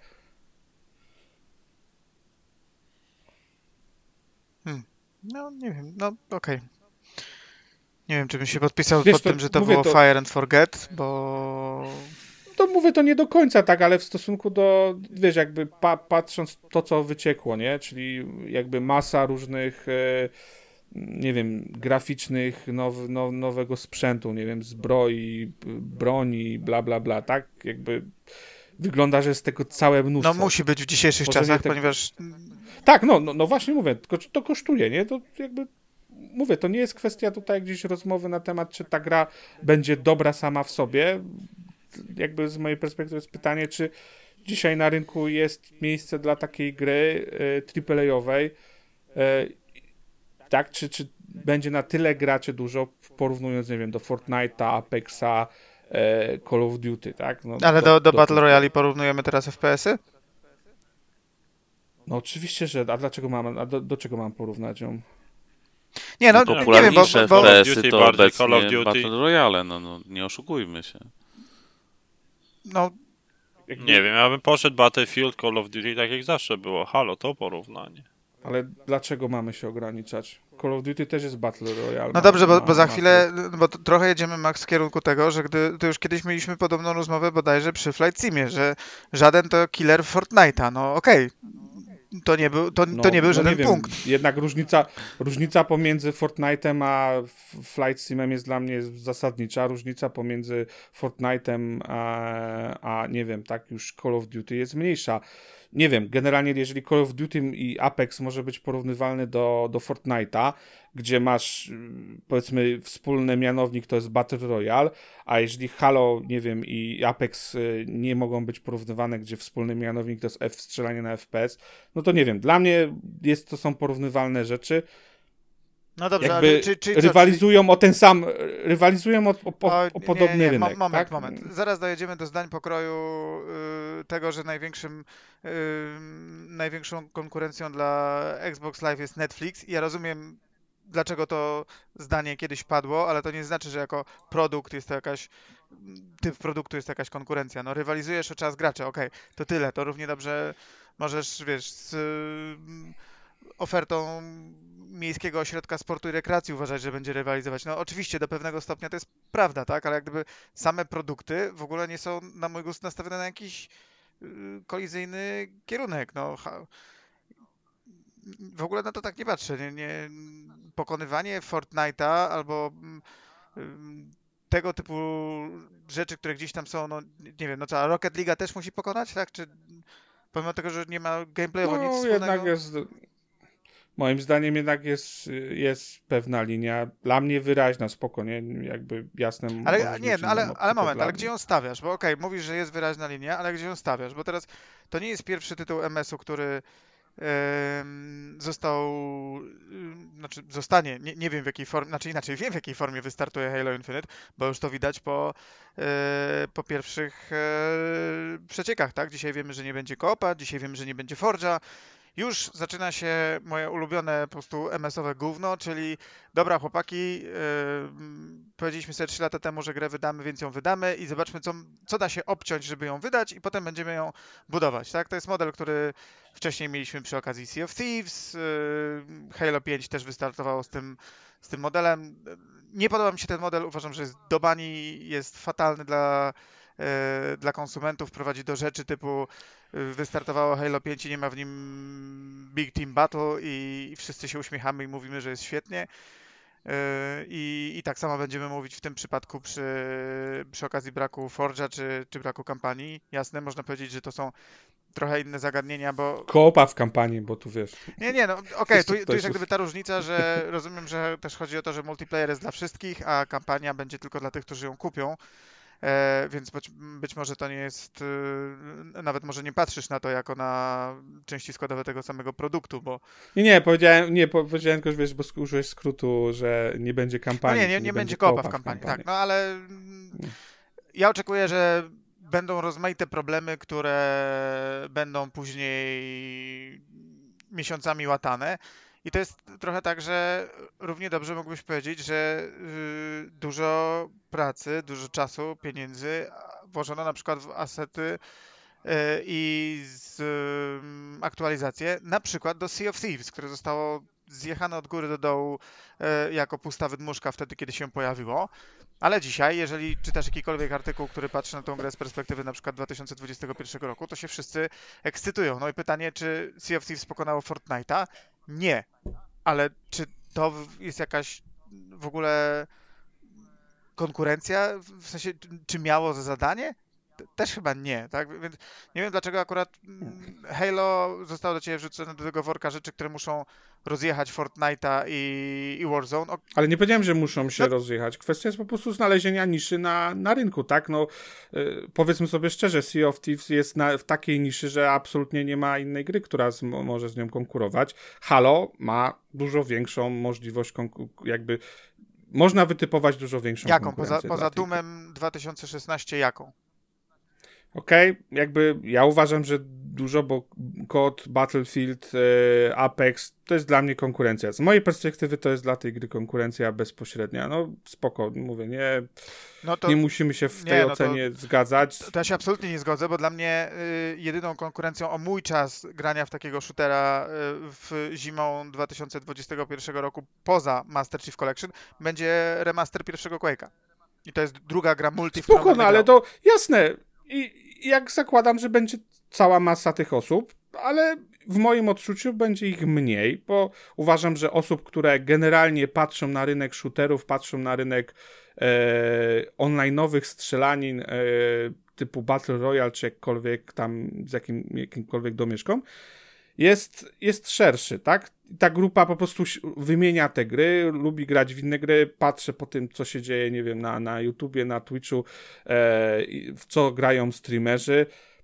No nie wiem, no okej. Nie wiem, czy bym się podpisał Wiesz, pod to tym, że to mówię, było to- Fire and Forget, bo To mówię to nie do końca tak, ale w stosunku do, wiesz, jakby pa, patrząc to, co wyciekło, nie? Czyli jakby masa różnych, e, nie wiem, graficznych, now, now, nowego sprzętu, nie wiem, zbroi, b- broni, bla, bla, bla, tak? Jakby wygląda, że jest tego całe no mnóstwo. musi być w dzisiejszych Tworzenie czasach, tego- ponieważ Tak, no, no, no właśnie mówię, tylko to kosztuje, nie? To jakby, mówię, to nie jest kwestia tutaj gdzieś rozmowy na temat, czy ta gra będzie dobra sama w sobie. Jakby z mojej perspektywy jest pytanie, czy dzisiaj na rynku jest miejsce dla takiej gry e, triple-owej, e, tak, czy, czy będzie na tyle graczy dużo, porównując, nie wiem, do Fortnite'a, Apexa, e, Call of Duty, tak? No, ale do, do Battle tych- Royale porównujemy teraz F P S-y? No oczywiście, że, a dlaczego mam, a do, do czego mam porównać ją? Nie, no nie wiem, bo, Popularniejsze bo, bo Call of F P S-y Duty to bardziej, Call of obecnie Duty. Battle Royale, no, no nie oszukujmy się. no, Jakby, Nie wiem, ja bym poszedł Battlefield, Call of Duty, tak jak zawsze było. Halo, to porównanie. Ale dlaczego mamy się ograniczać? Call of Duty też jest Battle Royale. no ma- dobrze, bo, ma- bo za ma chwilę, bo to, trochę jedziemy, Max, w kierunku tego, że gdy, to już kiedyś mieliśmy podobną rozmowę bodajże przy Flight Simie, że żaden to killer Fortnite'a, no okej. To nie był, to, No, to nie był no żaden nie wiem, punkt. Jednak różnica, różnica pomiędzy Fortnite'em a F- Flight Simem jest dla mnie zasadnicza. Różnica pomiędzy Fortnite'em a, a nie wiem, tak już Call of Duty jest mniejsza. Nie wiem, generalnie jeżeli Call of Duty i Apex może być porównywalny do, do Fortnite'a, gdzie masz mm, powiedzmy wspólny mianownik to jest Battle Royale, a jeżeli Halo, nie wiem, i Apex y, nie mogą być porównywane, gdzie wspólny mianownik to jest F strzelanie na F P S, no to nie wiem, dla mnie jest, to są porównywalne rzeczy. No dobrze, Jakby ale czy, czy, co, rywalizują o ten sam, rywalizują o, o, O, o, nie, o podobny nie, nie, rynek. mo- moment, tak? moment. Zaraz dojedziemy do zdań pokroju y, tego, że największym, y, największą konkurencją dla Xbox Live jest Netflix. I ja rozumiem, dlaczego to zdanie kiedyś padło, ale to nie znaczy, że jako produkt jest to jakaś, typ produktu jest to jakaś konkurencja. No rywalizujesz o czas gracza, okej, to tyle. To równie dobrze możesz, wiesz, z y, ofertą Miejskiego Ośrodka Sportu i Rekreacji uważać, że będzie rywalizować. No oczywiście do pewnego stopnia to jest prawda, tak, ale jak gdyby same produkty w ogóle nie są na mój gust nastawione na jakiś y, kolizyjny kierunek. No, ha, w ogóle na to tak nie patrzę. Nie, nie, pokonywanie Fortnite'a albo mm, ym, tego typu rzeczy, które gdzieś tam są, no nie wiem, no co, a Rocket League też musi pokonać, tak? Czy pomimo tego, że nie ma gameplayowo nic No wspólnego? jednak jest, moim zdaniem jednak jest, jest pewna linia, dla mnie wyraźna, spoko, nie? Jakby jasne. Ale możesz nie, mieć no, ale, inną ale optykę moment, dla ale mnie. gdzie ją stawiasz? Bo okej, mówisz, że jest wyraźna linia, ale gdzie ją stawiasz? Bo teraz to nie jest pierwszy tytuł M S-u, który został, znaczy zostanie, nie, nie wiem w jakiej formie, znaczy inaczej, wiem w jakiej formie wystartuje Halo Infinite, bo już to widać po, po pierwszych przeciekach, tak? Dzisiaj wiemy, że nie będzie koopa, dzisiaj wiemy, że nie będzie Forge'a. Już zaczyna się moje ulubione po prostu em es-owe gówno, czyli dobra chłopaki, yy, powiedzieliśmy sobie trzy lata temu, że grę wydamy, więc ją wydamy i zobaczmy, co, co da się obciąć, żeby ją wydać i potem będziemy ją budować, tak? To jest model, który wcześniej mieliśmy przy okazji Sea of Thieves, yy, Halo pięć też wystartowało z tym, z tym modelem. Nie podoba mi się ten model, uważam, że jest do bani, jest fatalny dla dla konsumentów, prowadzi do rzeczy typu wystartowało Halo pięć i nie ma w nim Big Team Battle i wszyscy się uśmiechamy i mówimy, że jest świetnie. I, i tak samo będziemy mówić w tym przypadku przy, przy okazji braku Forge'a czy, czy braku kampanii. Jasne, można powiedzieć, że to są trochę inne zagadnienia, bo... Koopa w kampanii, bo tu wiesz... Nie, nie, no okej, okay, tu, tu jest jak gdyby ta różnica, że rozumiem, że też chodzi o to, że multiplayer jest dla wszystkich, a kampania będzie tylko dla tych, którzy ją kupią. E, więc być, być może to nie jest, e, nawet może nie patrzysz na to jako na części składowe tego samego produktu, bo... Nie, nie, powiedziałem, nie, powiedziałem tylko, wiesz, bo użyłeś skrótu, że nie będzie kampanii. No nie, nie, nie, nie będzie koopa w kampanii, w kampanii, tak, no ale nie. Ja oczekuję, że będą rozmaite problemy, które będą później miesiącami łatane. I to jest trochę tak, że równie dobrze mógłbyś powiedzieć, że y, dużo pracy, dużo czasu, pieniędzy włożono na przykład w asety y, i z, y, aktualizacje, na przykład do Sea of Thieves, które zostało zjechane od góry do dołu y, jako pusta wydmuszka wtedy, kiedy się pojawiło. Ale dzisiaj, jeżeli czytasz jakikolwiek artykuł, który patrzy na tą grę z perspektywy na przykład dwa tysiące dwudziestego pierwszego roku, to się wszyscy ekscytują. No i pytanie, czy Sea of Thieves pokonało Fortnite'a? Nie. Ale czy to jest jakaś w ogóle konkurencja? W sensie, czy miało za zadanie? Też chyba nie, tak? Więc nie wiem, dlaczego akurat Halo zostało do ciebie wrzucone do tego worka rzeczy, które muszą rozjechać Fortnite'a i, i Warzone. O... Ale nie powiedziałem, że muszą się no... rozjechać. Kwestia jest po prostu znalezienia niszy na, na rynku, tak? No, yy, powiedzmy sobie szczerze, Sea of Thieves jest na, w takiej niszy, że absolutnie nie ma innej gry, która z, może z nią konkurować. Halo ma dużo większą możliwość konku- jakby... Można wytypować dużo większą jaką? konkurencję. Poza, poza Doomem dwa tysiące szesnaście jaką? Okej, okay, jakby ja uważam, że dużo, bo C O D, Battlefield, e, Apex to jest dla mnie konkurencja. Z mojej perspektywy to jest dla tej gry konkurencja bezpośrednia. No spoko, mówię, nie, no to, nie musimy się w tej nie, no ocenie to, zgadzać. To, to ja się absolutnie nie zgodzę, bo dla mnie y, jedyną konkurencją o mój czas grania w takiego shootera y, w zimą dwa tysiące dwudziestego pierwszego roku poza Master Chief Collection będzie remaster pierwszego Quake'a. I to jest druga gra multi, spoko, no ale to jasne. I jak zakładam, że będzie cała masa tych osób, ale w moim odczuciu będzie ich mniej, bo uważam, że osób, które generalnie patrzą na rynek shooterów, patrzą na rynek e, online'owych strzelanin e, typu Battle Royale, czy jakkolwiek tam z jakim, jakimkolwiek domieszką, jest, jest szerszy, tak? Ta grupa po prostu wymienia te gry, lubi grać w inne gry, patrzę po tym, co się dzieje, nie wiem, na, na YouTubie, na Twitchu, e, w co grają streamerzy.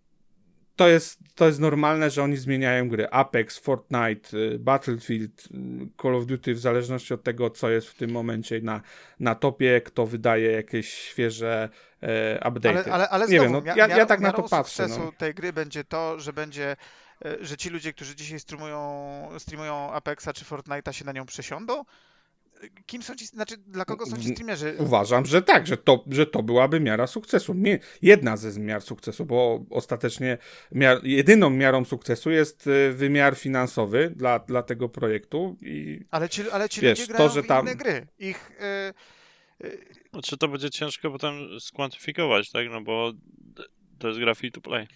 To jest, to jest normalne, że oni zmieniają gry. Apex, Fortnite, Battlefield, Call of Duty, w zależności od tego, co jest w tym momencie na, na topie, kto wydaje jakieś świeże e, update'y. Ale, ale, ale nie znowu, wiem, no, mia- ja, mia- ja tak na to patrzę. Sukcesu no. tej gry będzie to, że będzie że ci ludzie, którzy dzisiaj streamują, streamują Apexa czy Fortnite'a się na nią przesiądą? Kim są ci, znaczy dla kogo są ci streamerzy? Uważam, że tak, że to, że to byłaby miara sukcesu. Jedna ze miar sukcesu, bo ostatecznie miar, jedyną miarą sukcesu jest wymiar finansowy dla, dla tego projektu. I, ale ci, ale ci wiesz, ludzie grają to, że w tam... inne gry. Ich... Yy, yy... Znaczy to będzie ciężko potem skwantyfikować, tak? No bo to jest gra free to play.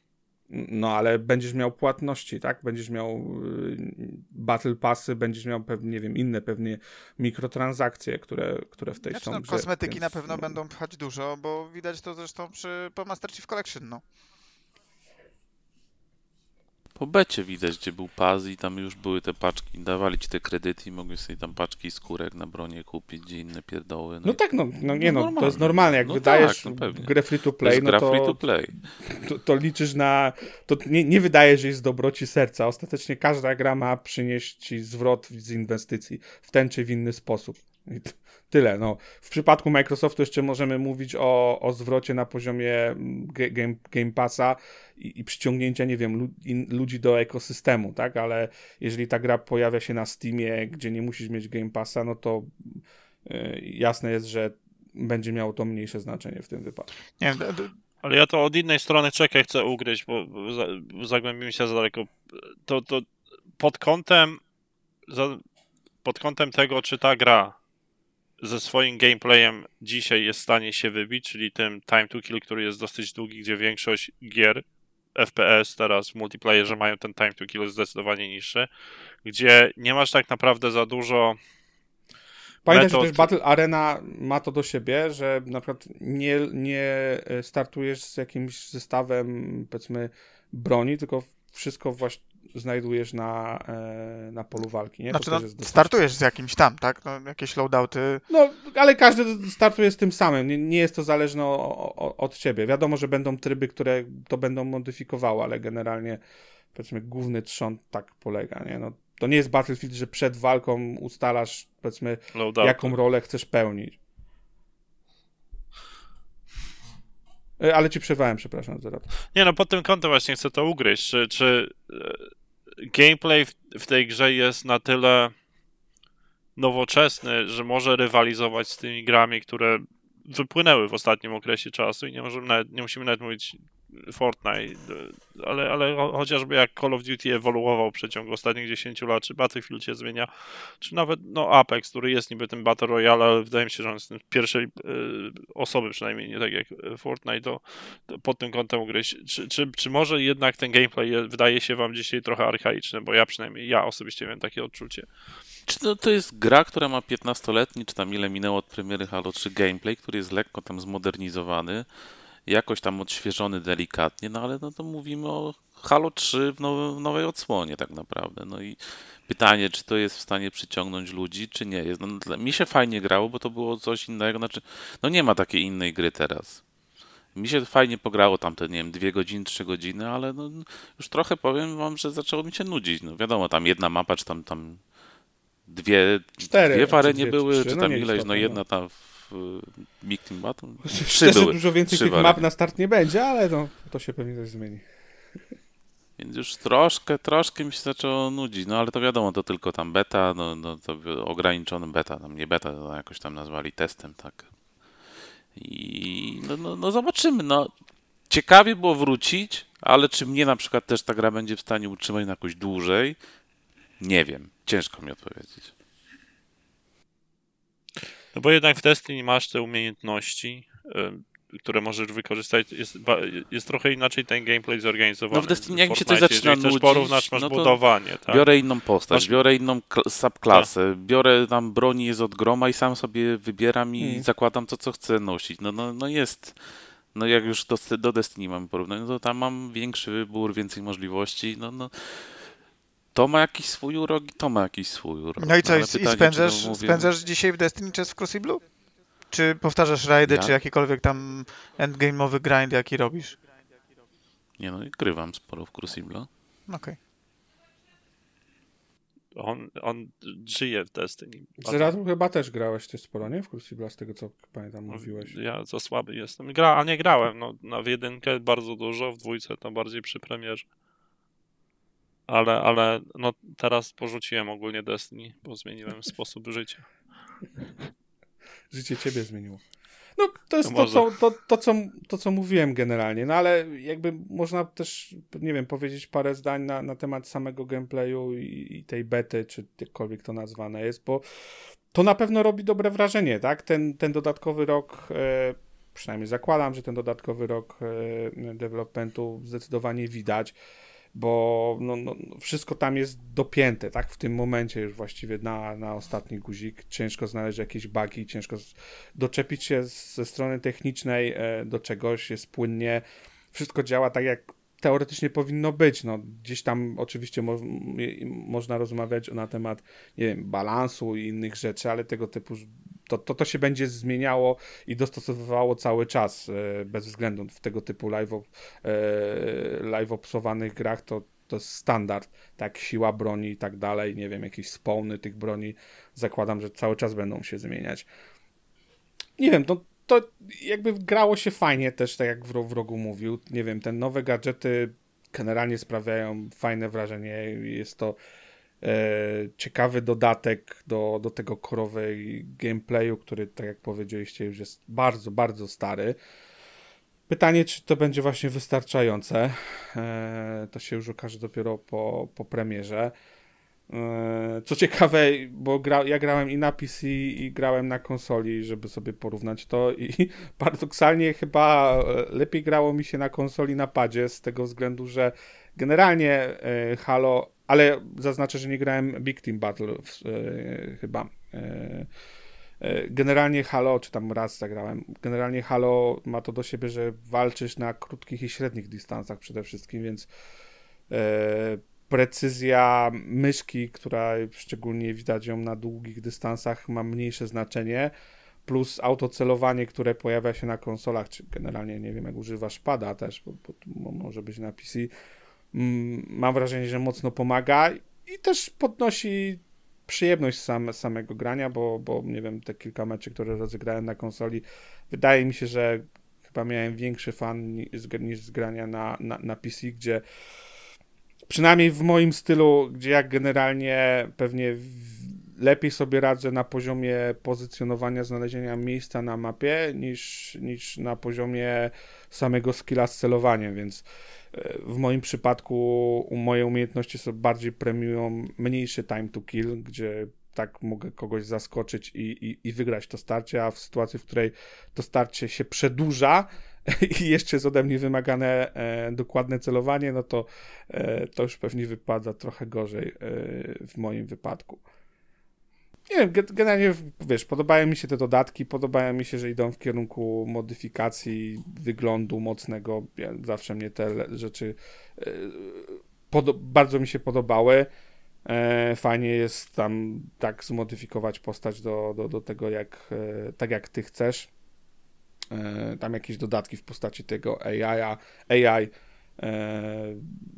No, ale będziesz miał płatności, tak? Będziesz miał y, battle passy, będziesz miał pewnie, nie wiem, inne pewnie mikrotransakcje, które, które w tej znaczy, są no, grze, kosmetyki więc, na pewno no... będą pchać dużo, bo widać to zresztą przy, po Master Chief Collection, no. Po becie widać, gdzie był pas i tam już były te paczki, dawali ci te kredyty i mogłeś sobie tam paczki skórek na bronię kupić, gdzie inne pierdoły. No i- tak, no, no nie no, no to jest normalne, jak no wydajesz tak, no pewnie. grę free to To play, jest no gra to, free to play. to, to liczysz na, to nie, nie wydaje, że jest z dobroci serca, ostatecznie każda gra ma przynieść ci zwrot z inwestycji w ten czy w inny sposób. I t- tyle, no. W przypadku Microsoftu jeszcze możemy mówić o, o zwrocie na poziomie ge- game, game Passa i, i przyciągnięcia, nie wiem, lu- in, ludzi do ekosystemu, tak, ale jeżeli ta gra pojawia się na Steamie, gdzie nie musisz mieć Game Passa, no to yy, jasne jest, że będzie miało to mniejsze znaczenie w tym wypadku. Nie wiem, d- d- Ale ja to od innej strony czekaj, chcę ugryźć, bo bo za, bo zagłębimy się za daleko. To, to pod kątem za, pod kątem tego, czy ta gra ze swoim gameplayem dzisiaj jest w stanie się wybić, czyli tym time to kill, który jest dosyć długi, gdzie większość gier F P S teraz w multiplayerze mają ten time to kill zdecydowanie niższy, gdzie nie masz tak naprawdę za dużo Pamiętaj, metod. że też Battle Arena ma to do siebie, że na przykład nie, nie startujesz z jakimś zestawem, powiedzmy, broni, tylko wszystko właśnie znajdujesz na, e, na polu walki, nie? To znaczy, też no, jest dosyć- startujesz z jakimś tam, tak? No, jakieś loadouty. No, ale każdy startuje z tym samym. Nie, nie jest to zależne o, o, od ciebie. Wiadomo, że będą tryby, które to będą modyfikowały, ale generalnie, powiedzmy, główny trzon tak polega, nie? No, to nie jest Battlefield, że przed walką ustalasz, powiedzmy, loadouty. jaką rolę chcesz pełnić. E, Ale ci przerwałem, przepraszam, Zerat. Nie no, pod tym kątem właśnie chcę to ugryźć. Czy, czy e, gameplay w, w tej grze jest na tyle nowoczesny, że może rywalizować z tymi grami, które wypłynęły w ostatnim okresie czasu i nie możemy nawet, nie musimy nawet mówić Fortnite, ale, ale cho- chociażby jak Call of Duty ewoluował w przeciągu ostatnich dziesięciu lat, czy Battlefield się zmienia, czy nawet no Apex, który jest niby tym Battle Royale, ale wydaje mi się, że on jest z pierwszej y, osoby przynajmniej, nie tak jak Fortnite, to, to pod tym kątem ugryźć. Czy, czy, czy może jednak ten gameplay je- wydaje się wam dzisiaj trochę archaiczny, bo ja przynajmniej, ja osobiście miałem takie odczucie. Czy to, to jest gra, która ma piętnastoletni, czy tam ile minęło od premiery Halo trzy gameplay, który jest lekko tam zmodernizowany, jakoś tam odświeżony delikatnie, no ale no to mówimy o Halo trzy w, now, w nowej odsłonie tak naprawdę. No i pytanie, czy to jest w stanie przyciągnąć ludzi, czy nie jest. No, dla- mi się fajnie grało, bo to było coś innego, znaczy, no nie ma takiej innej gry teraz. Mi się fajnie pograło tam te, nie wiem, dwie godziny, trzy godziny, ale no, już trochę powiem wam, że zaczęło mi się nudzić. No wiadomo, tam jedna mapa, czy tam, tam dwie, Cztery, dwie w czy arenie dwie, były, trzy, czy no tam nie ileś, no istotne, jedna no. tam w y, Big Team Battle. Trzy Szczerze, były. dużo więcej trzy tych w map arenie. na start nie będzie, ale no, to się pewnie coś zmieni. Więc już troszkę, troszkę mi się zaczęło nudzić, no ale to wiadomo, to tylko tam beta, no, no to wi- ograniczony beta, tam nie beta, to jakoś tam nazwali testem, tak. I no, no, no zobaczymy, no. Ciekawie było wrócić, ale czy mnie na przykład też ta gra będzie w stanie utrzymać na jakoś dłużej? Nie wiem, ciężko mi odpowiedzieć. No bo jednak w Destiny masz te umiejętności, y, które możesz wykorzystać. Jest, ba- jest trochę inaczej ten gameplay zorganizowany. No w Destiny jak mi się coś Fortnite, zaczyna jeżeli chcesz nudzić, porównać, masz no to budowanie, tak? Biorę inną postać, Masz- biorę inną kl- subklasę, biorę tam broni jest od groma i sam sobie wybieram i Mm. zakładam to, co chcę nosić. No, no, no jest. No jak już do, do Destiny mamy porównać, no to tam mam większy wybór, więcej możliwości. No, no. To ma jakiś swój urok i to ma jakiś swój urok. No i co, ale i, i pytanie, czy spędzasz, to mówię- spędzasz dzisiaj w Destiny czas w Crucible? Czy powtarzasz rajdy, Ja? czy jakikolwiek tam endgame'owy grind, jaki robisz? Nie no, i grywam sporo w Crucible. Okej. On, on żyje w Destiny. Zeratu chyba też grałeś też sporo, nie? W Crucible, z tego co pamiętam mówiłeś. Ja za słaby jestem. Gra, a nie grałem. No, na w jedynkę bardzo dużo, w dwójce to bardziej przy premierze. Ale, ale no teraz porzuciłem ogólnie Destiny, bo zmieniłem sposób życia. Życie ciebie zmieniło. No, to jest To to, może. co, to, to, co, to, co mówiłem generalnie, no ale jakby można też, nie wiem, powiedzieć parę zdań na, na temat samego gameplayu i, i tej bety, czy jakkolwiek to nazwane jest, bo to na pewno robi dobre wrażenie, tak? Ten, ten dodatkowy rok, e, przynajmniej zakładam, że ten dodatkowy rok e, developmentu zdecydowanie widać, bo no, no, wszystko tam jest dopięte, tak? W tym momencie już właściwie na, na ostatni guzik. Ciężko znaleźć jakieś bugi, ciężko z, doczepić się z, ze strony technicznej e, do czegoś, jest płynnie. Wszystko działa tak, jak teoretycznie powinno być. No, gdzieś tam oczywiście mo- można rozmawiać na temat, nie wiem, balansu i innych rzeczy, ale tego typu to, to, to się będzie zmieniało i dostosowywało cały czas, e, bez względu w tego typu live, op, e, live opsowanych grach, to, to jest standard, tak, siła broni i tak dalej, nie wiem, jakieś spawny tych broni, zakładam, że cały czas będą się zmieniać. Nie wiem, to, to jakby grało się fajnie też, tak jak w Rogu mówił, nie wiem, te nowe gadżety generalnie sprawiają fajne wrażenie, jest to e, ciekawy dodatek do, do tego korowej gameplayu, który, tak jak powiedzieliście, już jest bardzo, bardzo stary. Pytanie, czy to będzie właśnie wystarczające, e, to się już okaże dopiero po, po premierze. E, co ciekawe, bo gra, ja grałem i na P C, i grałem na konsoli, żeby sobie porównać to i paradoksalnie chyba lepiej grało mi się na konsoli na padzie, z tego względu, że generalnie e, Halo, ale zaznaczę, że nie grałem Big Team Battle e, chyba. E, Generalnie Halo, czy tam raz zagrałem, generalnie Halo ma to do siebie, że walczysz na krótkich i średnich dystansach przede wszystkim, więc e, precyzja myszki, która szczególnie widać ją na długich dystansach, ma mniejsze znaczenie, plus autocelowanie, które pojawia się na konsolach, czy generalnie nie wiem, jak używasz pada też, bo, bo może być na P C, mm, mam wrażenie, że mocno pomaga i też podnosi przyjemność sam, samego grania, bo, bo nie wiem, te kilka meczy, które rozegrałem na konsoli, wydaje mi się, że chyba miałem większy fan niż, niż z grania na, na, na P C, gdzie przynajmniej w moim stylu, gdzie ja generalnie pewnie lepiej sobie radzę na poziomie pozycjonowania, znalezienia miejsca na mapie, niż, niż na poziomie samego skilla z celowaniem, więc w moim przypadku moje umiejętności są bardziej premiują mniejszy time to kill, gdzie tak mogę kogoś zaskoczyć i, i, i wygrać to starcie, a w sytuacji, w której to starcie się przedłuża i jeszcze jest ode mnie wymagane e, dokładne celowanie, no to e, to już pewnie wypada trochę gorzej e, w moim wypadku. Nie wiem, generalnie, wiesz, podobają mi się te dodatki, podobają mi się, że idą w kierunku modyfikacji wyglądu mocnego. Ja, zawsze mnie te rzeczy e, pod- bardzo mi się podobały. E, fajnie jest tam tak zmodyfikować postać do, do, do tego, jak, e, tak jak ty chcesz. E, tam jakieś dodatki w postaci tego A I, A I e,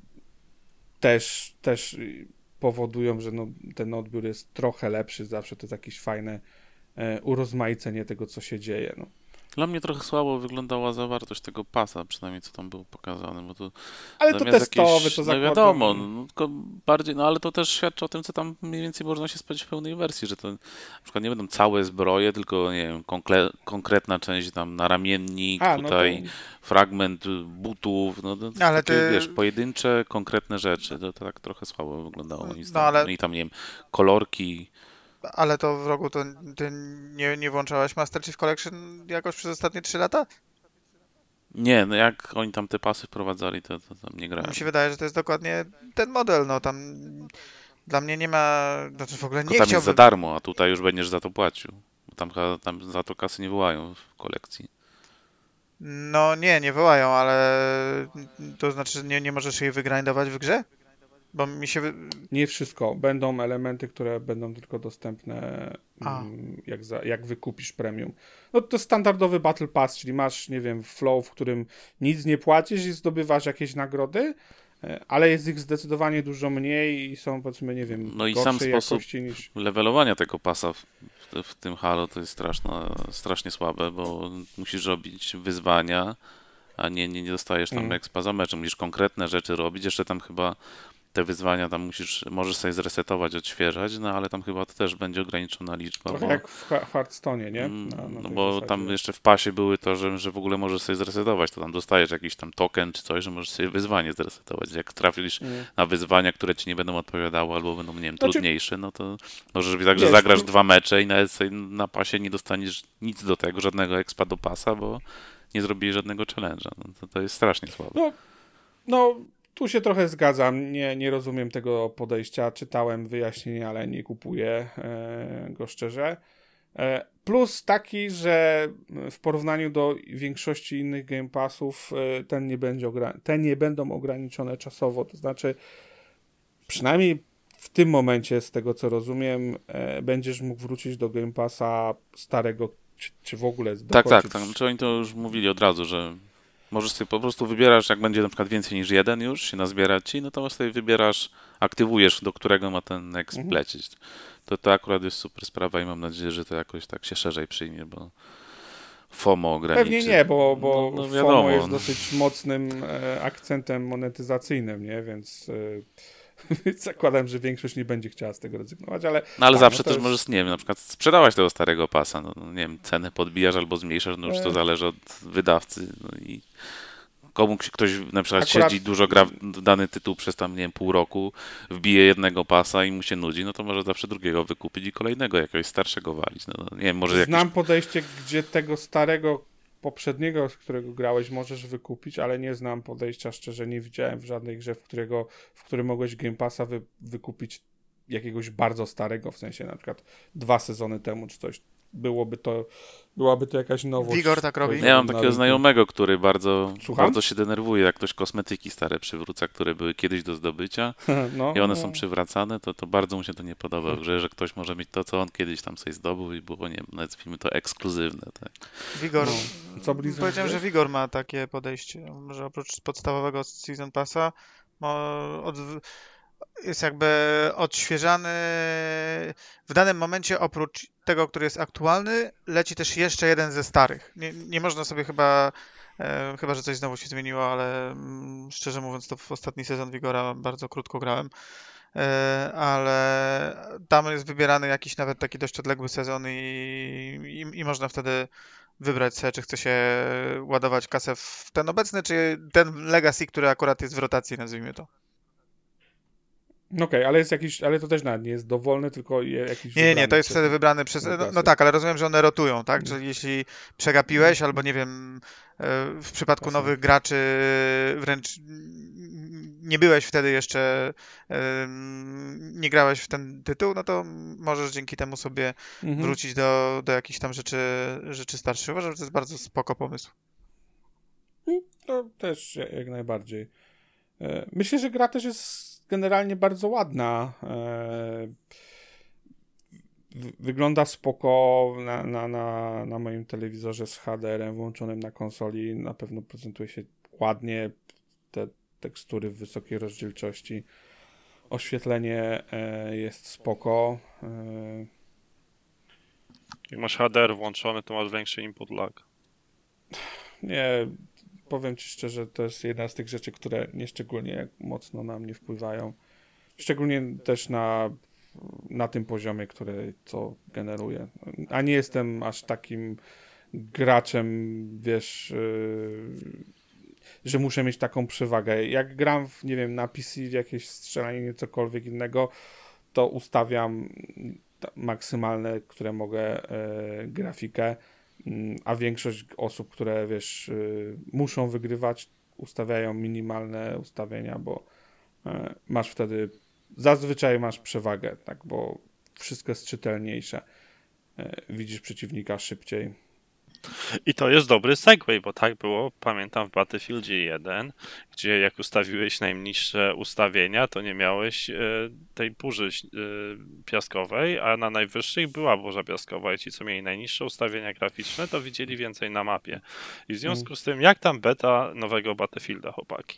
też, też powodują, że no, ten odbiór jest trochę lepszy, zawsze to jest jakieś fajne e, urozmaicenie tego, co się dzieje. No. Dla mnie trochę słabo wyglądała zawartość tego pasa, przynajmniej co tam było pokazane, bo to Ale to testowe, jakieś, to no zakładam. wiadomo, no, tylko bardziej, no ale to też świadczy o tym, co tam mniej więcej można się spodziewać w pełnej wersji, że to na przykład nie będą całe zbroje, tylko nie wiem, konkre- konkretna część tam naramiennik, A, no tutaj to... fragment butów, no to Ale takie, ty- wiesz, pojedyncze, konkretne rzeczy, to, to tak trochę słabo wyglądało moim No, zdaniem. ale- No i tam, nie wiem, kolorki. Ale to w Rogu to ty nie, nie włączałeś Master Chief Collection jakoś przez ostatnie trzy lata? Nie, no jak oni tam te pasy wprowadzali, to, to tam nie grałem. Mi się wydaje, że to jest dokładnie ten model, no tam dla mnie nie ma, znaczy w ogóle Tylko nie tam jest chciałbym... za darmo, a tutaj już będziesz za to płacił. Bo tam, chyba- tam za to kasy nie wołają w kolekcji. No nie, nie wołają, ale to znaczy nie, nie możesz jej wygrindować w grze? Bo mi się... wy- Nie wszystko. Będą elementy, które będą tylko dostępne A. mm, jak, za, jak wykupisz premium. No to standardowy Battle Pass, czyli masz, nie wiem, flow, w którym nic nie płacisz i zdobywasz jakieś nagrody, e, ale jest ich zdecydowanie dużo mniej i są, powiedzmy, nie wiem, No i gorszej sam sposób jakości niż... levelowania tego pasa w, w, w tym Halo to jest straszna, strasznie słabe, bo musisz robić wyzwania, a nie, nie, nie dostajesz tam Mm. expa za meczem. Musisz konkretne rzeczy robić. Jeszcze tam chyba te wyzwania tam musisz, możesz sobie zresetować, odświeżać, no ale tam chyba to też będzie ograniczona liczba. Trochę bo... jak w Ha- Hearthstone'ie, nie? Mm, Na- na no tej bo zasadzie. tam jeszcze w pasie były to, że, że w ogóle możesz sobie zresetować, to tam dostajesz jakiś tam token czy coś, że możesz sobie wyzwanie zresetować. Jak trafisz Mm. na wyzwania, które ci nie będą odpowiadały albo będą, nie wiem, Znaczy- trudniejsze, no to możesz być tak, że Wiesz, zagrasz tu- dwa mecze i nawet sobie na pasie nie dostaniesz nic do tego, żadnego expa do pasa, bo nie zrobiłeś żadnego challenge'a. No to, to jest strasznie słabe. No, no, tu się trochę zgadzam. Nie, nie rozumiem tego podejścia. Czytałem wyjaśnienia, ale nie kupuję e, go szczerze. Plus taki, że w porównaniu do większości innych Game Passów ten nie będzie ogra- te nie będą ograniczone czasowo, to znaczy przynajmniej w tym momencie, z tego co rozumiem, będziesz mógł wrócić do Game Passa starego, czy, czy w ogóle Tak, dokończyć. tak, tak. Znaczy oni to już mówili od razu, że możesz sobie po prostu wybierasz, jak będzie na przykład więcej niż jeden już się nazbiera ci, no to sobie wybierasz, aktywujesz, do którego ma ten next Mhm. lecieć. To, to akurat jest super sprawa i mam nadzieję, że to jakoś tak się szerzej przyjmie, bo FOMO ograniczy. Pewnie nie, bo, bo no, no FOMO wiadomo. jest dosyć mocnym e, akcentem monetyzacyjnym, nie? Więc e, zakładam, że większość nie będzie chciała z tego rezygnować, ale... No ale tak, zawsze no to też jest... możesz, nie wiem, na przykład sprzedawać tego starego pasa, no, no nie wiem, cenę podbijasz albo zmniejszasz, no już to E. zależy od wydawcy, no i komu ktoś na przykład Akurat- siedzi, dużo gra w dany tytuł przez tam, nie wiem, pół roku, wbije jednego pasa i mu się nudzi, no to może zawsze drugiego wykupić i kolejnego jakiegoś starszego walić, no no, nie wiem, może jakiś... Znam podejście, gdzie tego starego, poprzedniego, z którego grałeś, możesz wykupić, ale nie znam podejścia, szczerze nie widziałem w żadnej grze, w, którego, w którym mogłeś Game Passa wy, wykupić jakiegoś bardzo starego, w sensie na przykład dwa sezony temu czy coś. Byłoby to, byłaby to jakaś nowość. Wigor tak robi? powiedzmy, Ja mam na takiego rynku. znajomego, który bardzo, Słucham? bardzo się denerwuje, jak ktoś kosmetyki stare przywróca, które były kiedyś do zdobycia No, i one no. są przywracane, to, to bardzo mu się to nie podoba, że, że ktoś może mieć to, co on kiedyś tam sobie zdobył i było, nie wiem, nazwijmy to ekskluzywne. Tak. Wigor. No. Co Blizzard Powiedziałem, że wiesz? Wigor ma takie podejście, że oprócz podstawowego Season Passa ma od, jest jakby odświeżany w danym momencie, oprócz tego, który jest aktualny, leci też jeszcze jeden ze starych. Nie, nie można sobie chyba, e, chyba że coś znowu się zmieniło, ale mm, szczerze mówiąc to w ostatni sezon Wigora bardzo krótko grałem, e, ale tam jest wybierany jakiś nawet taki dość odległy sezon i, i, i można wtedy wybrać sobie, czy chce się ładować kasę w ten obecny, czy ten Legacy, który akurat jest w rotacji, nazwijmy to. No okej, ale jest jakiś, ale to też nawet nie jest dowolny, tylko je- jakiś Nie, nie, wybrany to jest przez- wtedy wybrany przez... No, Legacy. no tak, ale rozumiem, że one rotują, tak? Mhm. Czyli jeśli przegapiłeś, albo nie wiem, e, w przypadku Jasne. nowych graczy wręcz nie byłeś wtedy jeszcze, e, nie grałeś w ten tytuł, no to możesz dzięki temu sobie Mhm. wrócić do, do jakichś tam rzeczy, rzeczy starszych. Uważam, że to jest bardzo spoko pomysł. To też jak jak najbardziej. E, Myślę, że gra też jest generalnie bardzo ładna. E, w- Wygląda spoko na, na, na, na moim telewizorze z H D R-em włączonym na konsoli. Na pewno prezentuje się ładnie. Te tekstury w wysokiej rozdzielczości. Oświetlenie e, jest spoko. E, Jak masz H D R włączony, to masz większy input lag. Nie, powiem ci szczerze, to jest jedna z tych rzeczy, które nieszczególnie mocno na mnie wpływają. Szczególnie też na, na tym poziomie, który to generuje. A nie jestem aż takim graczem, wiesz, yy, że muszę mieć taką przewagę. Jak gram, w, nie wiem, na P C w jakieś strzelanie, cokolwiek innego, to ustawiam ta- maksymalne, które mogę, e, grafikę, Mm, a większość osób, które, wiesz, y, muszą wygrywać, ustawiają minimalne ustawienia, bo e, masz wtedy, zazwyczaj masz przewagę, tak, bo wszystko jest czytelniejsze. E, Widzisz przeciwnika szybciej. I to jest dobry segway, bo tak było, pamiętam, w Battlefieldzie jeden, gdzie jak ustawiłeś najniższe ustawienia, to nie miałeś e, tej burzy e, piaskowej, a na najwyższych była burza piaskowa i ci, co mieli najniższe ustawienia graficzne, to widzieli więcej na mapie. I w związku z tym, jak tam beta nowego Battlefielda, chłopaki?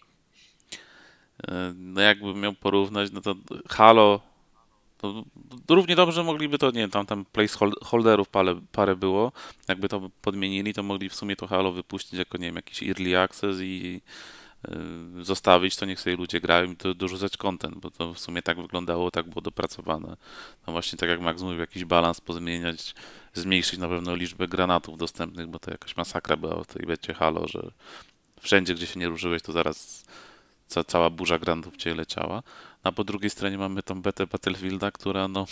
E, No jakbym miał porównać, no to Halo, to równie dobrze mogliby to, nie wiem, tam, tam placeholderów parę, parę było, jakby to podmienili, to mogli w sumie to Halo wypuścić jako, nie wiem, jakiś early access i y, zostawić to, niech sobie ludzie grają i to dorzucać content, bo to w sumie tak wyglądało, tak było dopracowane. No właśnie tak jak Max mówił, jakiś balans pozmieniać, zmniejszyć na pewno liczbę granatów dostępnych, bo to jakaś masakra była w tej becie Halo, że wszędzie, gdzie się nie ruszyłeś, to zaraz ca, cała burza granatów cię leciała. A po drugiej stronie mamy tą betę Battlefielda, która no,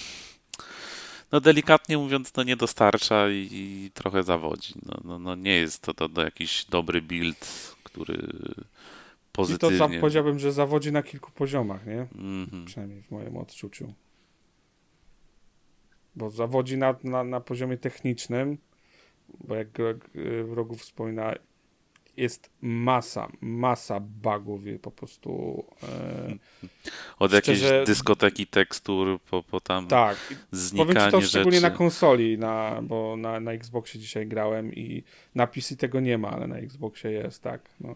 no delikatnie mówiąc, no nie dostarcza i, i trochę zawodzi. No, no, no nie jest to, to, to jakiś dobry build, który I to pozytywnie... za, powiedziałbym, że zawodzi na kilku poziomach, nie? Mhm. Przynajmniej w moim odczuciu. bo zawodzi na, na, na poziomie technicznym, bo jak Greg Rogu wspomina, jest masa, masa bugów i po prostu e, Od szczerze, jakiejś dyskoteki tekstur po, po tam tak. znikanie Powiem ci to rzeczy. szczególnie na konsoli, na, bo na, na Xboxie dzisiaj grałem i na P C tego nie ma, ale na Xboxie jest, tak. No.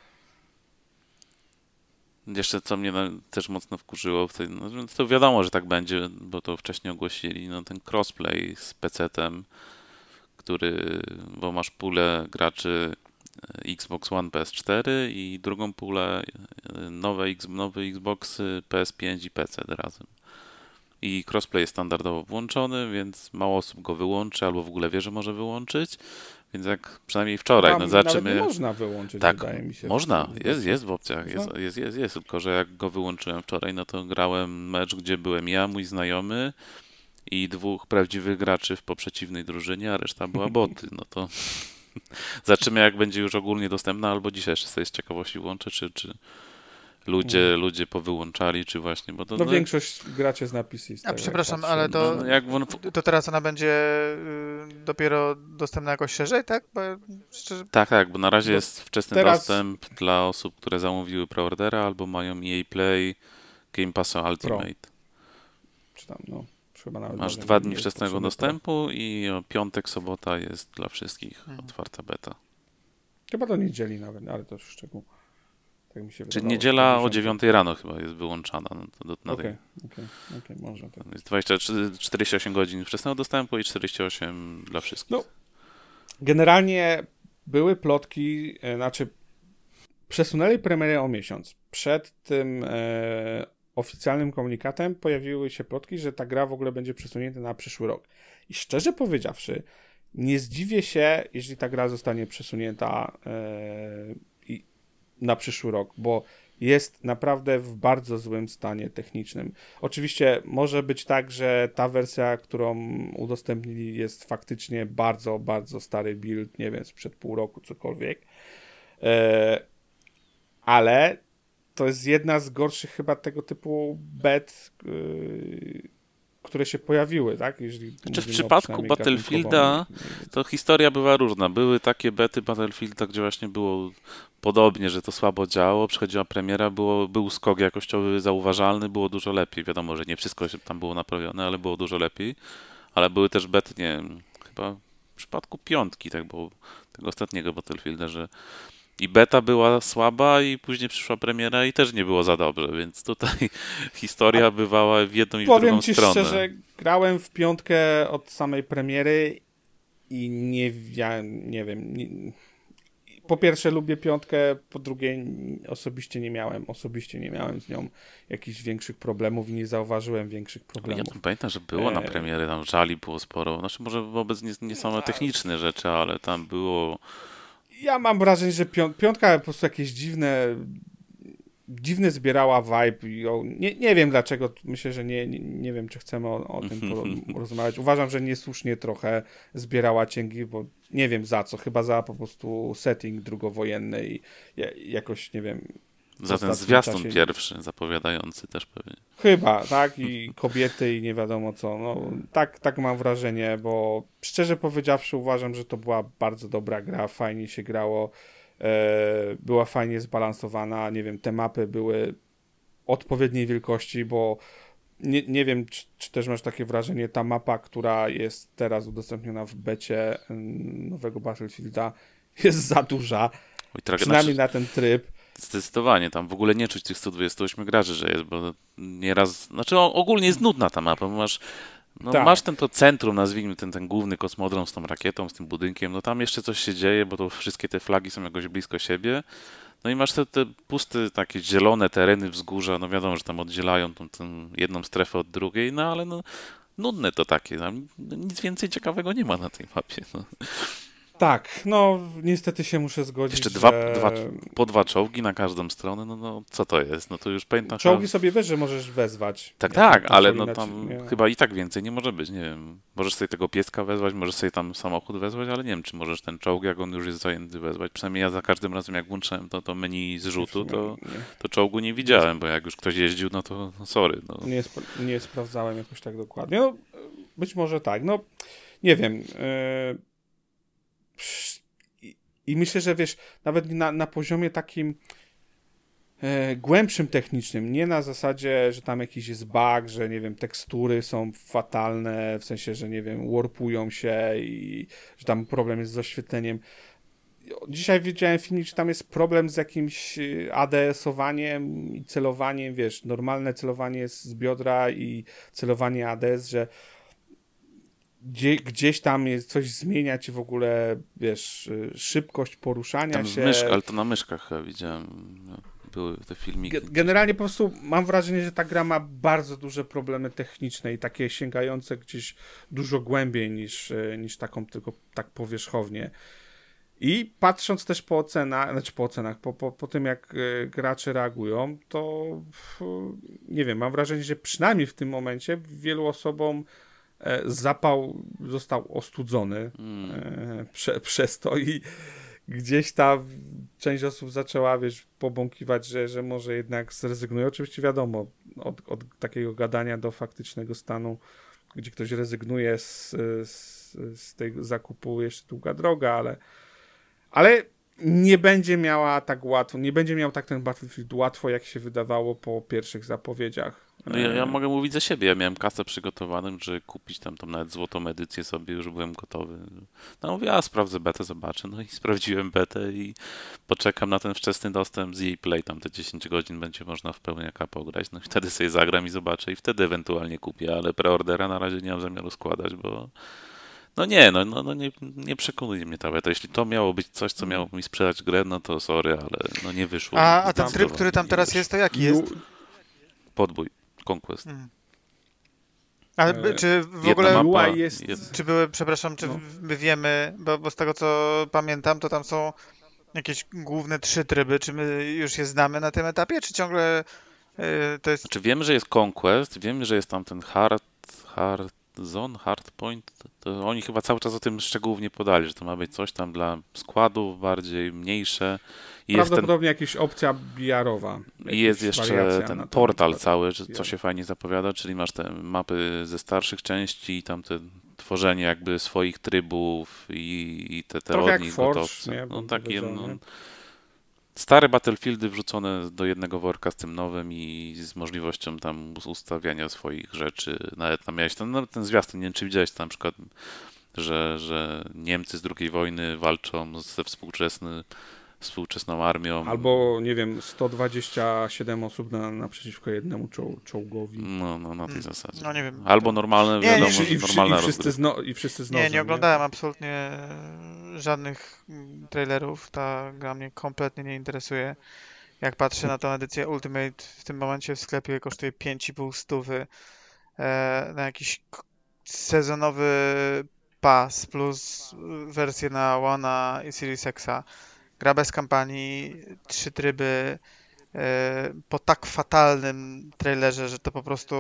Jeszcze co mnie na, też mocno wkurzyło, w tej, no, to wiadomo, że tak będzie, bo to wcześniej ogłosili, no ten crossplay z pecetem, który, bo masz pulę graczy Xbox One, P S cztery i drugą pulę nowe, X, nowe Xboxy, P S pięć i P C razem. I crossplay jest standardowo włączony, więc mało osób go wyłączy albo w ogóle wie, że może wyłączyć. Więc jak przynajmniej wczoraj, Tam no zobaczymy. nawet nie można wyłączyć, tak, wydaje mi się. można, w- jest, jest w opcjach, jest, Można? jest, jest, jest, tylko że jak go wyłączyłem wczoraj, no to grałem mecz, gdzie byłem ja, mój znajomy i dwóch prawdziwych graczy w po przeciwnej drużynie, a reszta była boty. No to zobaczymy, jak będzie już ogólnie dostępna, albo dzisiaj jeszcze sobie z ciekawości włączę, czy, czy ludzie, ludzie powyłączali, czy właśnie, bo to No no, większość gracie z na P C. z A tego, jak przepraszam, patrzę. ale to- no, no, jak won, To teraz ona będzie y, dopiero dostępna jakoś szerzej, tak? Bo ja szczerze... tak, tak, bo na razie Bo jest wczesny teraz- dostęp dla osób, które zamówiły preordera albo mają E A Play, Game Passa Ultimate. Czy tam, no, chyba nawet Masz może dwa nie dni jest wczesnego potrzebny dostępu i o piątek, sobota jest dla wszystkich Mhm. otwarta beta. Pro. Chyba do niedzieli nawet, ale to już szczegół. Tak mi się Czyli wydawało, niedziela że o dziesiątej. dziewiątej rano chyba jest wyłączana. No to do, na Okej, tej, okej, okej, może tak. jest dwadzieścia trzy, czterdzieści osiem godzin wczesnego dostępu i czterdzieści osiem dla wszystkich. No. Generalnie były plotki, e, znaczy przesunęli premierę o miesiąc. Przed tym e, oficjalnym komunikatem pojawiły się plotki, że ta gra w ogóle będzie przesunięta na przyszły rok. I szczerze powiedziawszy, nie zdziwię się, jeśli ta gra zostanie przesunięta e, i na przyszły rok, bo jest naprawdę w bardzo złym stanie technicznym. Oczywiście może być tak, że ta wersja, którą udostępnili, jest faktycznie bardzo, bardzo stary build, nie wiem, sprzed pół roku, cokolwiek. E, ale to jest jedna z gorszych chyba tego typu bet, yy, które się pojawiły, tak? Jeżeli Znaczy w mówimy o przypadku przynajmniej Battlefielda gatunkową- to historia bywa różna. Były takie bety Battlefielda, gdzie właśnie było podobnie, że to słabo działało, przychodziła premiera, było, był skok jakościowy zauważalny, było dużo lepiej. Wiadomo, że nie wszystko się tam było naprawione, ale było dużo lepiej. Ale były też bety, nie wiem, chyba w przypadku piątki, tak było, tego ostatniego Battlefielda, że i beta była słaba i później przyszła premiera i też nie było za dobrze, więc tutaj historia bywała w jedną i w Powiem drugą ci stronę. szczerze, grałem w piątkę od samej premiery i nie, ja nie wiem, nie, po pierwsze lubię piątkę, po drugie osobiście nie miałem, osobiście nie miałem z nią jakichś większych problemów i nie zauważyłem większych Ale ja problemów. tam pamiętam, że było na E, premiery, tam żali było sporo. Znaczy może wobec nie, nie same techniczne rzeczy, ale tam było... Ja mam wrażenie, że pią- piątka po prostu jakieś dziwne dziwne zbierała vibe i o, nie, nie wiem dlaczego, myślę, że nie, nie, nie wiem, czy chcemy o, o tym porozmawiać. Uważam, że niesłusznie trochę zbierała cięgi, bo nie wiem za co, chyba za po prostu setting drugowojenny i ja- jakoś, nie wiem, w Za ten ostatnim zwiastun czasie- pierwszy, zapowiadający też pewnie. Chyba, tak? I kobiety i nie wiadomo co. No, tak, tak mam wrażenie, bo szczerze powiedziawszy uważam, że to była bardzo dobra gra, fajnie się grało, e, była fajnie zbalansowana, nie wiem, te mapy były odpowiedniej wielkości, bo nie, nie wiem, czy, czy też masz takie wrażenie, ta mapa, która jest teraz udostępniona w becie mm, nowego Battlefielda jest za duża, Oj, tra- przynajmniej znaczy, na ten tryb. Zdecydowanie, tam w ogóle nie czuć tych stu dwudziestu ośmiu graczy, że jest, bo nieraz... Znaczy o, ogólnie jest nudna ta mapa, bo masz... No, Tak. masz ten to centrum, nazwijmy ten, ten główny kosmodrom z tą rakietą, z tym budynkiem, no tam jeszcze coś się dzieje, bo to wszystkie te flagi są jakoś blisko siebie. No i masz te, te puste, takie zielone tereny, wzgórza, no wiadomo, że tam oddzielają tą, tą jedną strefę od drugiej, no ale no nudne to takie, tam nic więcej ciekawego nie ma na tej mapie. No. Tak, no niestety się muszę zgodzić, Jeszcze dwa, że... dwa, po dwa czołgi na każdą stronę, no, no co to jest? No to już pamiętam... Czołgi sobie wiesz, że możesz wezwać. Tak, Jak tak, na ale konsoli no naci- tam nie. chyba i tak więcej nie może być, nie wiem. Możesz sobie tego pieska wezwać, możesz sobie tam samochód wezwać, ale nie wiem, czy możesz ten czołg, jak on już jest zajęty, wezwać. Przynajmniej ja za każdym razem, jak włączyłem to, to menu zrzutu, to, Nie, to czołgu nie widziałem, bo jak już ktoś jeździł, no to no sorry. No. nie, sp- nie sprawdzałem jakoś tak dokładnie. No, być może tak. No, nie wiem. Yy, i, I myślę, że wiesz, nawet na, na poziomie takim yy, głębszym technicznym, nie na zasadzie, że tam jakiś jest bug, że nie wiem, tekstury są fatalne, w sensie, że nie wiem, warpują się i że tam problem jest z oświetleniem. Dzisiaj widziałem filmik, że tam jest problem z jakimś A D S-owaniem i celowaniem, wiesz, normalne celowanie jest z biodra i celowanie A D S, że gdzie, gdzieś tam jest coś zmieniać w ogóle, wiesz, szybkość poruszania Tam się. myszka, ale to na myszkach chyba widziałem, były te filmiki. Generalnie po prostu mam wrażenie, że ta gra ma bardzo duże problemy techniczne i takie sięgające gdzieś dużo głębiej niż, niż taką tylko tak powierzchownie. I patrząc też po ocenach, znaczy po ocenach, po, po, po tym jak y, gracze reagują, to y, nie wiem, mam wrażenie, że przynajmniej w tym momencie wielu osobom e, zapał został ostudzony Mm. e, prze, przez to i gdzieś ta część osób zaczęła, wiesz, pobąkiwać, że, że może jednak zrezygnuje. Oczywiście wiadomo, od, od takiego gadania do faktycznego stanu, gdzie ktoś rezygnuje z, z, z tego zakupu, jeszcze długa droga, ale Ale nie będzie miała tak łatwo, nie będzie miał tak ten Battlefield łatwo, jak się wydawało po pierwszych zapowiedziach. No ja, ja mogę mówić za siebie, ja miałem kasę przygotowaną, że kupić tam, tam nawet złotą edycję sobie, już byłem gotowy. No mówię, a sprawdzę betę, zobaczę. No i sprawdziłem betę i poczekam na ten wczesny dostęp z E A Play, tam te dziesięć godzin będzie można w pełniaka pograć. No i wtedy sobie zagram i zobaczę i wtedy ewentualnie kupię, ale preordera na razie nie mam zamiaru składać, bo no nie, no, no, no nie, nie przekonuje mnie ta beta. Jeśli to miało być coś, co miało mi sprzedać grę, no to sorry, ale no nie wyszło. A, a ten tryb, Zdecydowanie który tam nie teraz wyszło. jest, to jaki jest? Podbój, Conquest. Hmm. Ale by- E, czy w Jedna ogóle, mapa, U I jest- jed- czy były, przepraszam, czy No. my wiemy, bo, bo z tego co pamiętam, to tam są jakieś główne trzy tryby, czy my już je znamy na tym etapie, czy ciągle y, to jest... Znaczy wiemy, że jest Conquest, wiemy, że jest tam ten hard, hard zone, hard point. To oni chyba cały czas o tym szczegółów nie podali, że to ma być coś tam dla składów bardziej mniejsze. I jest ten, Prawdopodobnie jakaś opcja B R-owa. i jest jakaś jeszcze wariacja na ten temat portal B R. cały, że- co się fajnie zapowiada, czyli masz te mapy ze starszych części i tam te tworzenie jakby swoich trybów i, i te, te Trochę jak od nich Forge, gotowce. nie? No Bym takie, powiedział, no, nie? stare Battlefieldy wrzucone do jednego worka z tym nowym i z możliwością tam ustawiania swoich rzeczy. Nawet tam miałeś ten, nawet ten zwiastun, nie wiem czy widziałeś tam na przykład, że, że Niemcy z drugiej wojny walczą ze współczesny, współczesną armią. Albo, nie wiem, sto dwadzieścia siedem osób na, naprzeciwko jednemu czoł, czołgowi. No, no na tej Hmm. zasadzie. No nie wiem. Albo normalne, Nie, nie, wiadomo, nie, że I, wszy, normalna i, wszyscy rozgrywka. z no, I wszyscy z nożem, Nie, nie oglądałem absolutnie e, żadnych mm, trailerów. Ta gra mnie kompletnie nie interesuje. Jak patrzę na tą edycję Ultimate, w tym momencie w sklepie kosztuje pięć i pół stówy e, na jakiś k- sezonowy pass plus y, wersję na One i Series Xa. Gra bez kampanii, trzy tryby e, po tak fatalnym trailerze, że to po prostu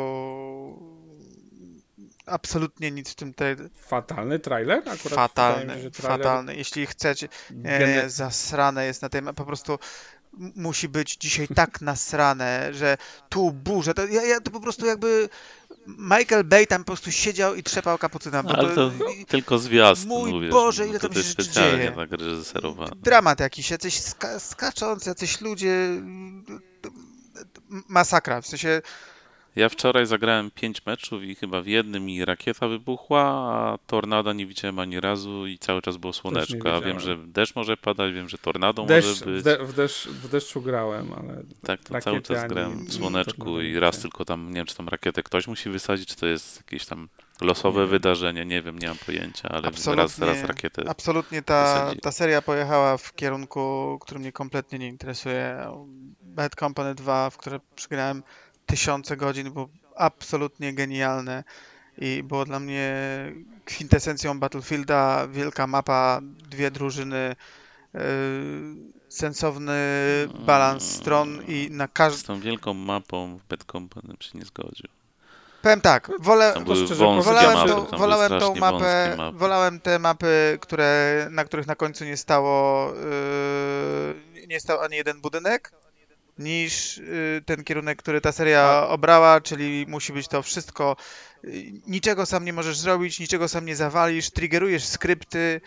absolutnie nic w tym trailerze. Fatalny trailer? Akurat Fatalny, wydaje mi się, że trailer fatalny. Jeśli chcecie, nie, gene- nie, zasrane jest na tym, po prostu m- musi być dzisiaj tak nasrane, że tu burze, to, ja, ja, to po prostu jakby Michael Bay tam po prostu siedział i trzepał kapucyna, bo No, ale to to i- tylko zwiastun, mój mówisz. Boże, no, ile to tam to się jest rzeczy specjalnie dzieje. tak reżyserowane. dramat jakiś, jacyś ska skaczący, jacyś ludzie, m- masakra, w sensie Ja wczoraj zagrałem pięć meczów i chyba w jednym mi rakieta wybuchła, a tornada nie widziałem ani razu i cały czas było słoneczko. A wiem, widziałem. że deszcz może padać, wiem, że tornado Deszcz, może w, być. de, w, deszcz, w deszczu grałem, ale Tak, to rakiety cały czas ani- grałem ani w słoneczku tornado i nie raz widziałem. tylko tam, nie wiem, czy tam rakietę ktoś musi wysadzić, czy to jest jakieś tam losowe Nie wiem. wydarzenie, nie wiem, nie mam pojęcia, ale Absolutnie, raz, raz rakietę. absolutnie ta, wysadzili. ta seria pojechała w kierunku, który mnie kompletnie nie interesuje. Bad Company dwa, w które przygrałem tysiące godzin, było absolutnie genialne i było dla mnie kwintesencją Battlefielda, wielka mapa, dwie drużyny, yy, sensowny balans stron i na Z każdym... tą wielką mapą w Bad Company bym się nie zgodził. Powiem tak, wolę, Tam były szczerze, wąskie wolałem, mapy, tą, tam były wolałem tą strasznie mapę, wąskie mapy. wolałem te mapy, które, na których na końcu nie stało, yy, nie stał ani jeden budynek, niż y, ten kierunek, który ta seria obrała, czyli musi być to wszystko, y, niczego sam nie możesz zrobić, niczego sam nie zawalisz, triggerujesz skrypty,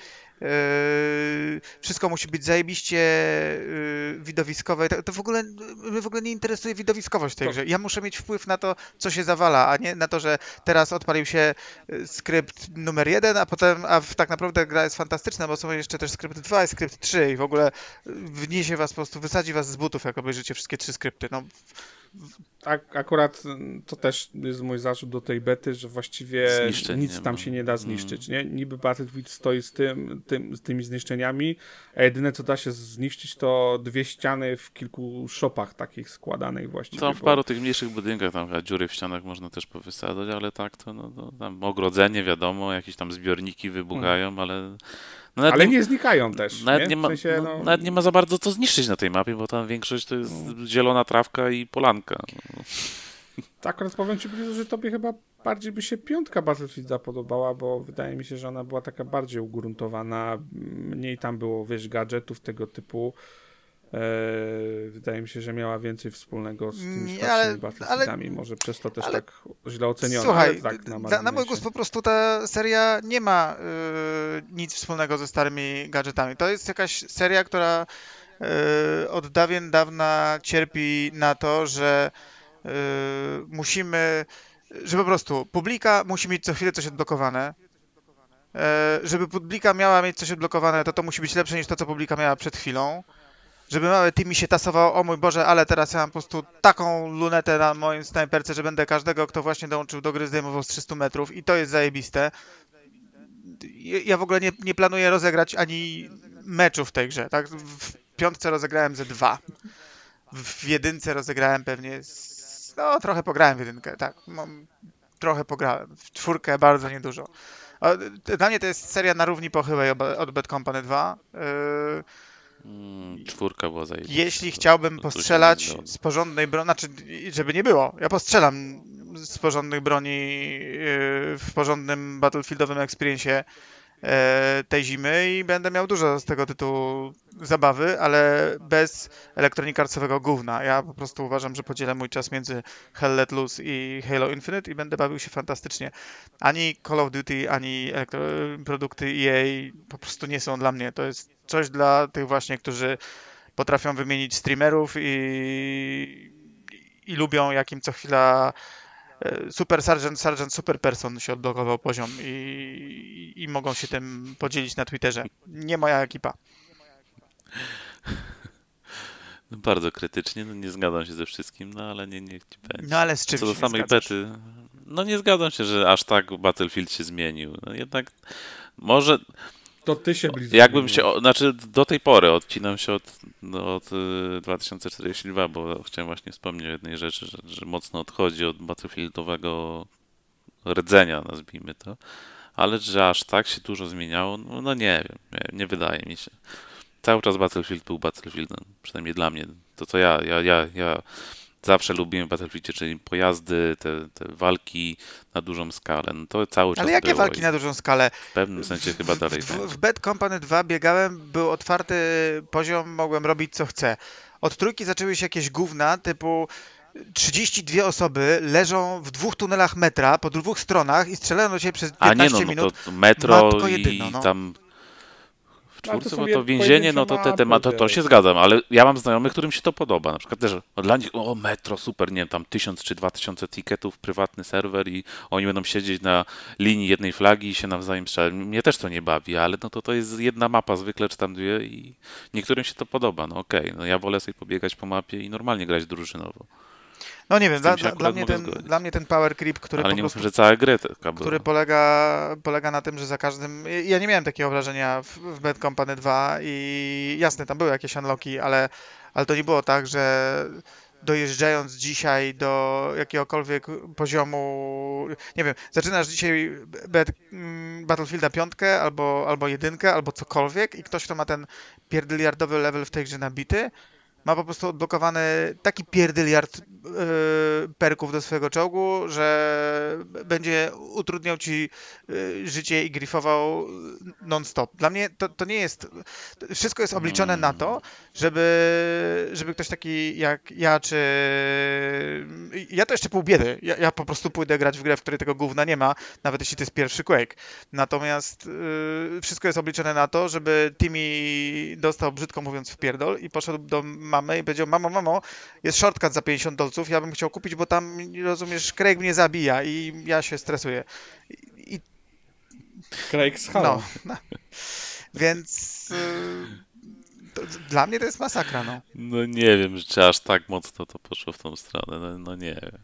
y, wszystko musi być zajebiście y, widowiskowe. To, to w ogóle mnie w ogóle nie interesuje widowiskowość tej To- grze. Ja muszę mieć wpływ na to, co się zawala, a nie na to, że teraz odpalił się y, skrypt numer jeden, a potem, a w, tak naprawdę gra jest fantastyczna, bo są jeszcze też skrypt dwa i skrypt trzy i w ogóle wniesie was po prostu, wysadzi was z butów, jak obejrzycie wszystkie trzy skrypty. No, Ak- akurat mm, to też jest mój zarzut do tej bety, że właściwie Zniszczeń nic nie tam ma. się nie da zniszczyć, nie? Niby Battlefield stoi z, tym, tym, z tymi zniszczeniami, a jedyne co da się zniszczyć to dwie ściany w kilku shopach takich składanych właściwie. Tam w bo- paru tych mniejszych budynkach tam chyba dziury w ścianach można też powysadzać, ale tak to, no, to tam ogrodzenie wiadomo, jakieś tam zbiorniki wybuchają, ale... No nawet Ale nie, nie znikają też, nawet nie? nie W ma, sensie, no, no, nawet nie ma za bardzo co zniszczyć na tej mapie, bo tam większość to jest zielona trawka i polanka. tak akurat powiem ci, Blizu, że tobie chyba bardziej by się piątka Battlefielda podobała, bo wydaje mi się, że ona była taka bardziej ugruntowana, mniej tam było, wiesz, gadżetów tego typu. Eee, wydaje mi się, że miała więcej wspólnego z tymi Nie, starszymi ale- Battlefieldami, może przez to też ale- tak źle oceniona. Słuchaj, ale tak, na, na, na mój marginesie. głos po prostu ta seria nie ma y, nic wspólnego ze starymi gadżetami. To jest jakaś seria, która y, od dawien dawna cierpi na to, że y, musimy, że po prostu publika musi mieć co chwilę coś odblokowane. E, żeby publika miała mieć coś odblokowane, to to musi być lepsze niż to, co publika miała przed chwilą. Żeby małe teamy się tasowało, o mój Boże, ale teraz ja mam po prostu taką lunetę na moim snajperce, że będę każdego, kto właśnie dołączył do gry, zdejmował z trzystu metrów i to jest zajebiste. Ja- Ja w ogóle nie, nie planuję rozegrać ani meczu w tej grze, tak? W piątce rozegrałem ze dwa. W jedynce rozegrałem pewnie z... No, trochę pograłem w jedynkę, tak. Mam, trochę pograłem. W czwórkę bardzo niedużo. A, t- Dla mnie to jest seria na równi pochyłej ob- od Bad Company dwa. Yy, Mm, czwórka była zajebista. Jeśli To- chciałbym to tu się nie postrzelać zgodzę. z porządnej broni, znaczy, żeby nie było, ja postrzelam z porządnych broni yy, w porządnym battlefieldowym experience'ie e, tej zimy i będę miał dużo z tego tytułu zabawy, ale bez Electronic Artsowego gówna. Ja po prostu uważam, że podzielę mój czas między Hell Let Loose i Halo Infinite i będę bawił się fantastycznie. Ani Call of Duty, ani elektro- produkty E A po prostu nie są dla mnie. To jest coś dla tych właśnie, którzy potrafią wymienić streamerów i, i lubią, jak im co chwila e, Super Sergeant, Sergeant Super Person się odblokował poziom i, i mogą się tym podzielić na Twitterze. Nie moja ekipa. No, bardzo krytycznie, no nie zgadzam się ze wszystkim, no ale nie, niech ci będzie. No ale z czym Co się do nie samej zgadzasz? bety, no nie zgadzam się, że aż tak Battlefield się zmienił. No jednak może To ty się Blizu. jakbym się, o- znaczy do tej pory odcinam się od, no, od y, dwa tysiące czterdzieści dwa, bo chciałem właśnie wspomnieć o jednej rzeczy, że, że mocno odchodzi od Battlefieldowego rdzenia, nazwijmy to, ale że aż tak się dużo zmieniało, no, no nie wiem, nie, nie wydaje mi się. Cały czas Battlefield był Battlefieldem, przynajmniej dla mnie. To co ja, ja, ja, ja zawsze lubiłem w Battlefieldzie, czyli pojazdy, te, te walki na dużą skalę. No to cały czas Ale jakie było walki i na dużą skalę? w pewnym sensie chyba dalej w, będzie. w, w Bad Company dwa biegałem, był otwarty poziom, mogłem robić co chcę. Od trójki zaczęły się jakieś gówna typu trzydzieści dwie osoby leżą w dwóch tunelach metra po dwóch stronach i strzelają do ciebie przez A nie piętnaście no, no minut. to metro Matko i jedyna, no. tam w No, ale to czwórce, są bo je- to więzienie, no to te pojedyncze tematy, to, mapy, to się wiesz. zgadzam, ale ja mam znajomych, którym się to podoba. Na przykład też, no dla nich, o metro, super, nie wiem, tam tysiąc czy dwa tysiące ticketów, prywatny serwer i oni będą siedzieć na linii jednej flagi i się nawzajem strzelać. Mnie też to nie bawi, ale no to to jest jedna mapa zwykle, czy tam dwie i niektórym się to podoba, no okej, no ja wolę sobie pobiegać po mapie i normalnie grać drużynowo. No nie wiem, Z dla, tym się dla, dla, akurat mnie mogę ten, zgodzić. dla mnie ten power creep, który Ale po nie prostu mówmy, że cała gra taka była. który polega, polega na tym, że za każdym... Ja nie miałem takiego wrażenia w, w Bad Company dwa i jasne, tam były jakieś unlocki, ale, ale to nie było tak, że dojeżdżając dzisiaj do jakiegokolwiek poziomu, nie wiem, zaczynasz dzisiaj Bad, mm, Battlefielda piątkę albo, albo jedynkę, albo cokolwiek i ktoś, kto ma ten pierdyliardowy level w tej grze nabity, ma po prostu odblokowany taki pierdyliard yy, perków do swojego czołgu, że będzie utrudniał ci yy, życie i grifował non-stop. Dla mnie to, to nie jest... Wszystko jest obliczone na to, żeby, żeby ktoś taki jak ja, czy... Ja to jeszcze pół biedy. Ja, ja po prostu pójdę grać w grę, w której tego gówna nie ma, nawet jeśli to jest pierwszy Quake. Natomiast yy, wszystko jest obliczone na to, żeby Timmy dostał, brzydko mówiąc, w pierdol i poszedł do mamy i powiedział: mamo, mamo, jest shortcut za pięćdziesiąt dolców, ja bym chciał kupić, bo tam, rozumiesz, Craig mnie zabija i ja się stresuję. I, i Craig z Halo. no, no. Więc yy, to, dla mnie to jest masakra, no. No nie wiem, czy aż tak mocno to poszło w tą stronę. No, no nie wiem.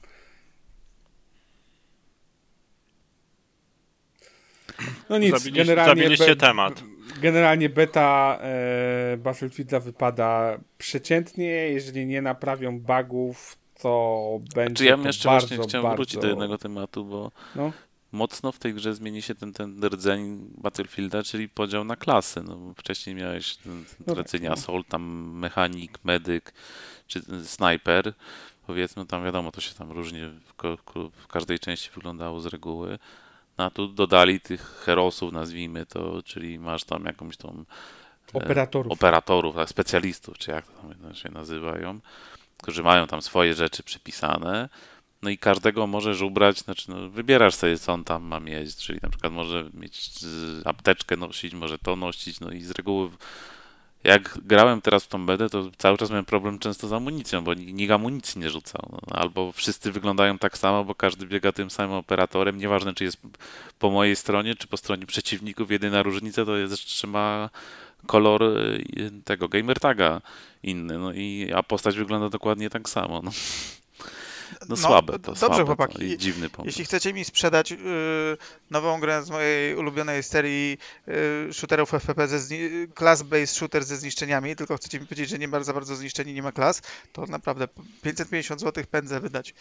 No nic, Zabiliście- generalnie, zabiliście temat. generalnie beta e, Battlefielda wypada przeciętnie, jeżeli nie naprawią bugów, to będzie Czy ja bym to jeszcze bardzo, właśnie chciałem bardzo... wrócić do jednego tematu, bo No, mocno w tej grze zmieni się ten, ten rdzeń Battlefielda, czyli podział na klasy. No, bo wcześniej miałeś ten No tradycyjnie tak, no. Assault, tam mechanik, medyk czy snajper. Powiedzmy, tam wiadomo, to się tam różnie w, ko- ko- w każdej części wyglądało z reguły. No a tu dodali tych herosów, nazwijmy to, czyli masz tam jakąś tą operatorów. operatorów, tak, specjalistów, czy jak to tam się nazywają, którzy mają tam swoje rzeczy przypisane. No i każdego możesz ubrać, znaczy no, wybierasz sobie, co on tam ma mieć, czyli na przykład może mieć z- apteczkę nosić, może to nosić, no i z reguły jak grałem teraz w tą betę, to cały czas miałem problem często z amunicją, bo nikt nikt amunicji nie rzucał. No, albo wszyscy wyglądają tak samo, bo każdy biega tym samym operatorem, nieważne czy jest po mojej stronie, czy po stronie przeciwników, jedyna różnica to jest, że ma kolor y, tego gamer taga inny, no i a postać wygląda dokładnie tak samo. No, no No, słabe to, dobrze, słabe chłopaki. to i dziwny pomysł. Jeśli chcecie mi sprzedać yy, nową grę z mojej ulubionej serii yy, shooterów F P P, ze zni- class-based shooter ze zniszczeniami, tylko chcecie mi powiedzieć, że nie ma za bardzo zniszczeń i nie ma klas, to naprawdę pięćset pięćdziesiąt złotych pędzę wydać.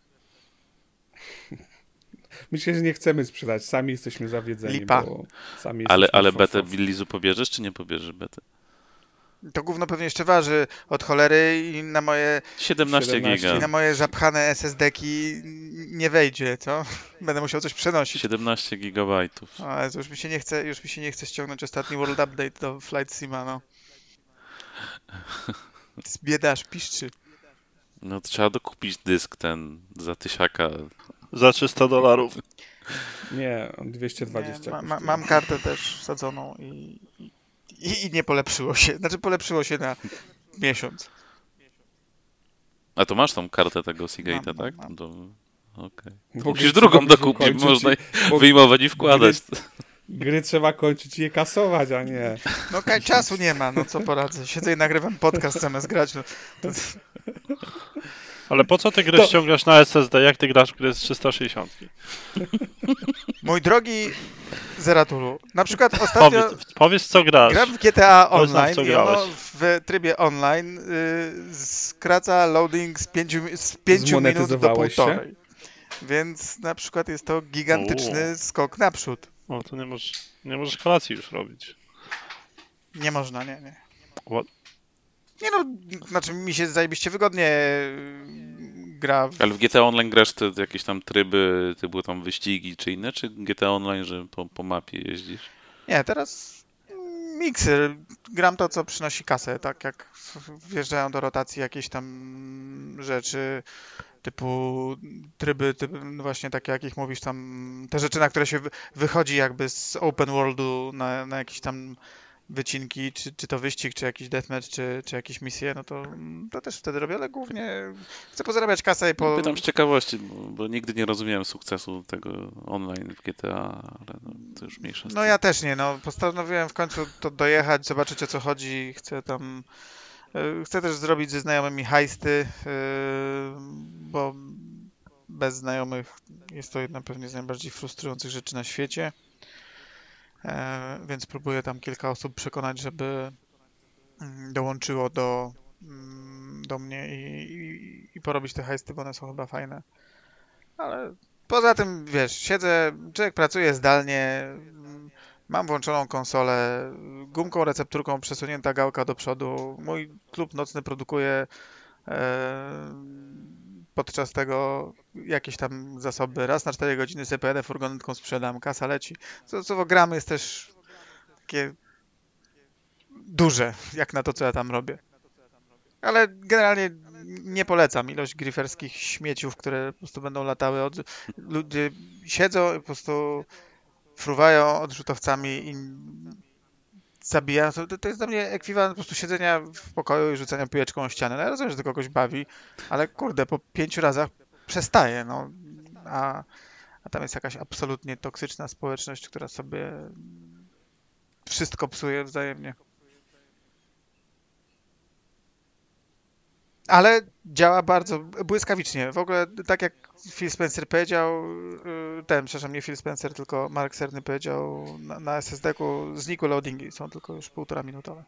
Myślę, że nie chcemy sprzedać, sami jesteśmy zawiedzeni, Lipa. bo sami Ale, jesteśmy ale fo- betę fo- Lizu pobierzesz, czy nie pobierzesz betę? To gówno pewnie jeszcze waży od cholery i na moje, siedemnaście siedemnaście. giga. i na moje zapchane S S D-ki nie wejdzie, co? Będę musiał coś przenosić. siedemnaście gigabajtów. Ale to już mi się nie chce, już mi się nie chce ściągnąć ostatni World Update do Flight Sima, no. Biedasz, piszczy. No to trzeba dokupić dysk ten za tysiaka. Za trzysta dolarów. Nie, on dwieście dwadzieścia. Nie, ma, ma, kosztuje. mam kartę też wsadzoną i, i, i nie polepszyło się. Znaczy polepszyło się na miesiąc. A to masz tą kartę tego Seagate'a, Mam, tak? mam. To... Okej. Bo Musisz gry drugą trzeba dokupić, kończyć można i- bo wyjmować i wkładać. Gry, gry trzeba kończyć i je kasować, a nie. No kaj, czasu nie ma, no co poradzę. Siedzę i nagrywam podcast zamiast grać. No. To, Ale po co ty gry To- ściągasz na S S D, jak ty grasz w gry z trzysta sześćdziesiąt? mój drogi Zeratulu, na przykład ostatnio Powiedz, powiedz co grasz. gram w G T A Powiedz nam, Online co i ono grałeś. w trybie online y, skraca loading z pięciu, mi- z pięciu minut do Zmonetyzowałeś się? półtorej. Więc na przykład jest to gigantyczny U. skok naprzód. O, to nie możesz, nie możesz kolacji już robić. Nie można, nie, nie. What? Nie no, znaczy mi się zajebiście wygodnie y, gra. W... Ale w G T A Online grasz te, te jakieś tam tryby, typu tam wyścigi czy inne, czy G T A Online, że po, po mapie jeździsz? Nie, teraz miksy. Gram to, co przynosi kasę, tak jak wjeżdżają do rotacji jakieś tam rzeczy typu tryby, typu, no właśnie takie, jakich mówisz tam, te rzeczy, na które się wy- wychodzi jakby z open worldu na, na jakieś tam wycinki, czy, czy to wyścig, czy jakiś deathmatch, czy, czy jakieś misje, no to, to też wtedy robię, ale głównie chcę pozarabiać kasę i po... Pytam z ciekawości, bo, bo nigdy nie rozumiałem sukcesu tego online w G T A, ale no, to już mniejsza z No tym. ja też nie, no postanowiłem w końcu to dojechać, zobaczyć o co chodzi, chcę tam, y, chcę też zrobić ze znajomymi heisty, y, bo bez znajomych jest to jedna pewnie z najbardziej frustrujących rzeczy na świecie, e, więc próbuję tam kilka osób przekonać, żeby mm, dołączyło do, mm, do mnie i, i, i porobić te heisty, bo one są chyba fajne, ale poza tym, wiesz, siedzę, człowiek pracuje zdalnie, mm, Mam włączoną konsolę, gumką, recepturką przesunięta gałka do przodu. Mój klub nocny produkuje e, podczas tego jakieś tam zasoby. Raz na cztery godziny sobie pojadę furgonetką, sprzedam, kasa leci. Co, co gram jest też takie duże, jak na to, co ja tam robię. Ale generalnie nie polecam. Ilość griferskich śmieciów, które po prostu będą latały. Od... Ludzie siedzą i po prostu fruwają odrzutowcami i zabijają. To, to jest dla mnie ekwiwalent po prostu siedzenia w pokoju i rzucania piłeczką o ścianę. No ja rozumiem, że to kogoś bawi, ale kurde, po pięciu razach przestaje. No. A, a tam jest jakaś absolutnie toksyczna społeczność, która sobie wszystko psuje wzajemnie. Ale działa bardzo błyskawicznie. W ogóle tak jak Phil Spencer powiedział, yy, ten, przepraszam, nie Phil Spencer, tylko Mark Cerny powiedział, na, na S S D-ku znikły loadingi, są tylko już półtora minutowe.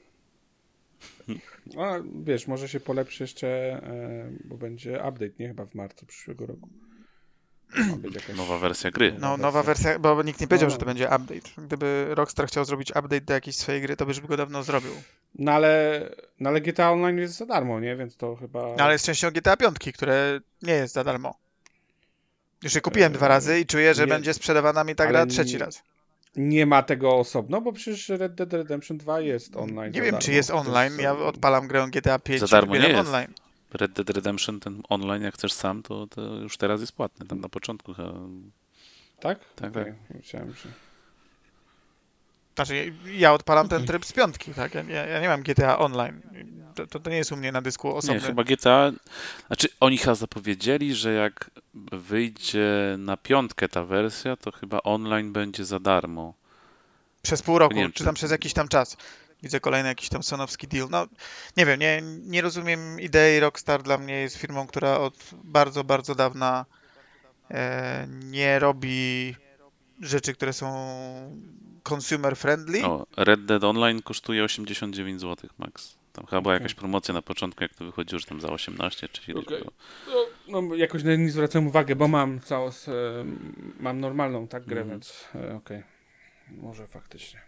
A wiesz, może się polepszy jeszcze, e, bo będzie update, nie? Chyba w marcu przyszłego roku. Ma być jakaś Nowa wersja gry. No, nowa wersja, bo nikt nie powiedział, No. że to będzie update. Gdyby Rockstar chciał zrobić update do jakiejś swojej gry, to by już go dawno zrobił. No ale, no ale G T A Online jest za darmo, nie? Więc to chyba... No ale jest częścią G T A pięć, które nie jest za darmo. Już je kupiłem Eee, dwa razy i czuję, że nie- będzie sprzedawana mi ta ale gra nie- trzeci raz. Nie ma tego osobno, bo przecież Red Dead Redemption dwa jest online. Nie za wiem, darmo, czy jest online. więc- Ja odpalam grę G T A pięć Za darmo i wybieram nie jest. online. Red Dead Redemption, ten online, jak chcesz sam, to, to już teraz jest płatny, tam na początku. chyba. Tak? Tak, Okej, myślałem, że... Znaczy, ja odpalam ten tryb z piątki, tak? Ja, ja, ja nie mam G T A online. To, to, to nie jest u mnie na dysku Nie, osobny. chyba G T A, znaczy oni chyba zapowiedzieli, że jak wyjdzie na piątkę ta wersja, to chyba online będzie za darmo. Przez pół roku, Nie wiem, czy czy- tam przez jakiś tam czas. Widzę kolejny jakiś tam sonowski deal. No, nie wiem, nie, nie rozumiem idei. Rockstar dla mnie jest firmą, która od bardzo, bardzo dawna e, nie robi rzeczy, które są consumer friendly. O, Red Dead Online kosztuje osiemdziesiąt dziewięć złotych max. Tam chyba była Okej. jakaś promocja na początku, jak to wychodziło, że tam za osiemnaście czy ileś Okej. było. No, no jakoś na nie zwracam uwagę, bo mam całą, e, mam normalną tak grę, Mhm. więc e, okej. Może faktycznie.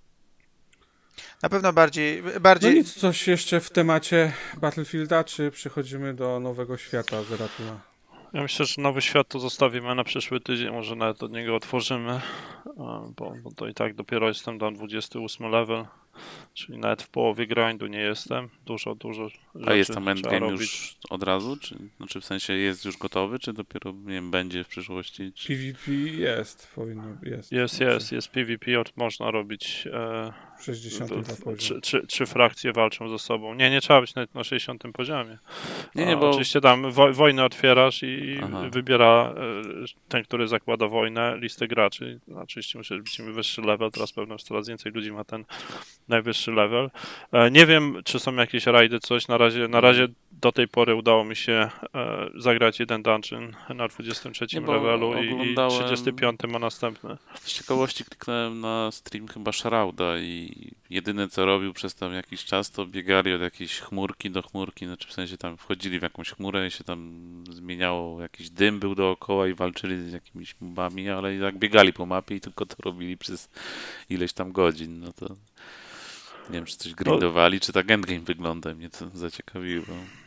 Na pewno bardziej, No bardziej nic, coś jeszcze w temacie Battlefielda, czy przechodzimy do nowego świata Zeratura? Ja myślę, że nowy świat to zostawimy na przyszły tydzień, może nawet od niego otworzymy, e, bo, bo to i tak dopiero jestem na dwudziesty ósmy level, czyli nawet w połowie grindu nie jestem. Dużo, dużo rzeczy A jest tam trzeba endgame robić. już od razu? Czy, znaczy w sensie jest już gotowy, czy dopiero nie wiem, będzie w przyszłości? Czy... PvP jest, powinno jest. Jest, jest, jest PvP, od, można robić. E, W sześćdziesiątym w- w- poziomie. trzy, trzy, trzy frakcje walczą ze sobą. Nie, nie trzeba być nawet na sześćdziesiątym poziomie. Nie, nie, A, bo Oczywiście tam wo, wojnę otwierasz i Aha. wybiera e, ten, który zakłada wojnę, listę graczy. Oczywiście musi być wyższy level, teraz pewno już coraz więcej ludzi ma ten najwyższy level. E, nie wiem, czy są jakieś rajdy, coś. Na razie, na razie do tej pory udało mi się e, zagrać jeden dungeon na dwudziestym trzecim Nie, bo levelu i, i oglądałem- trzydziesty piąty ma następny. z ciekawości kliknąłem na stream chyba Shrouda i jedyne co robił przez tam jakiś czas, to biegali od jakiejś chmurki do chmurki, znaczy w sensie tam wchodzili w jakąś chmurę i się tam zmieniało, jakiś dym był dookoła i walczyli z jakimiś mobami, ale i tak biegali po mapie i tylko to robili przez ileś tam godzin, no to nie wiem, czy coś grindowali, czy tak endgame wygląda, mnie to zaciekawiło.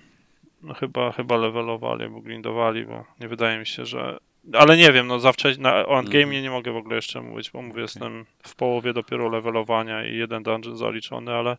No chyba, chyba levelowali albo grindowali, bo nie wydaje mi się, że... Ale nie wiem, no za wcześnie, na, o endgame Mhm. nie mogę w ogóle jeszcze mówić, bo mówię, jestem w połowie dopiero levelowania i jeden dungeon zaliczony, ale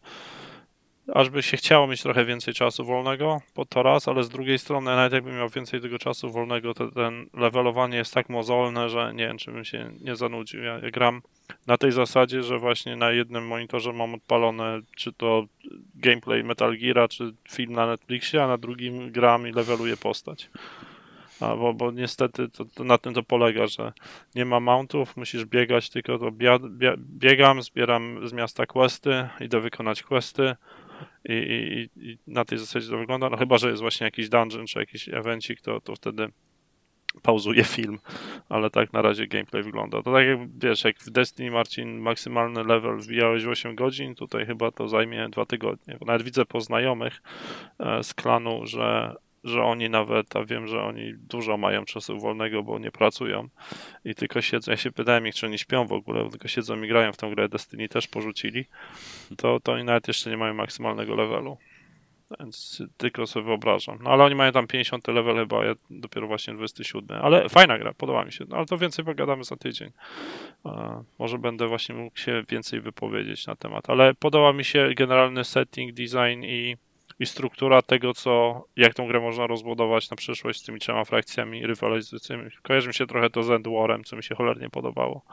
aż by się chciało mieć trochę więcej czasu wolnego, po to raz, ale z drugiej strony nawet jakbym miał więcej tego czasu wolnego, to ten levelowanie jest tak mozolne, że nie wiem, czy bym się nie zanudził. Ja, ja gram na tej zasadzie, że właśnie na jednym monitorze mam odpalone czy to gameplay Metal Geara, czy film na Netflixie, a na drugim gram i leveluję postać. A, bo, bo niestety to, to na tym to polega, że nie ma mountów, musisz biegać, tylko to bia, bia, biegam, zbieram z miasta questy, idę wykonać questy i, i, i na tej zasadzie to wygląda. No chyba, że jest właśnie jakiś dungeon czy jakiś evencik, to, to wtedy pauzuję film, ale tak na razie gameplay wygląda. To tak jak wiesz, jak w Destiny, Marcin, maksymalny level wbijałeś w osiem godzin, tutaj chyba to zajmie dwa tygodnie. Bo nawet widzę po znajomych e, z klanu, że że oni nawet, a wiem, że oni dużo mają czasu wolnego, bo nie pracują i tylko siedzą. Ja się pytałem ich, czy oni śpią w ogóle, bo tylko siedzą i grają w tą grę. Destiny też porzucili. To, to oni nawet jeszcze nie mają maksymalnego levelu. Więc tylko sobie wyobrażam. No ale oni mają tam pięćdziesiąty level chyba, ja dopiero właśnie dwudziesty siódmy. Ale fajna gra, podoba mi się. No ale to więcej pogadamy za tydzień. E, może będę właśnie mógł się więcej wypowiedzieć na temat. Ale podoba mi się generalny setting, design i, i struktura tego, co, jak tą grę można rozbudować na przyszłość z tymi trzema frakcjami rywalizującymi. Kojarzy mi się trochę to z End Warem, co mi się cholernie podobało.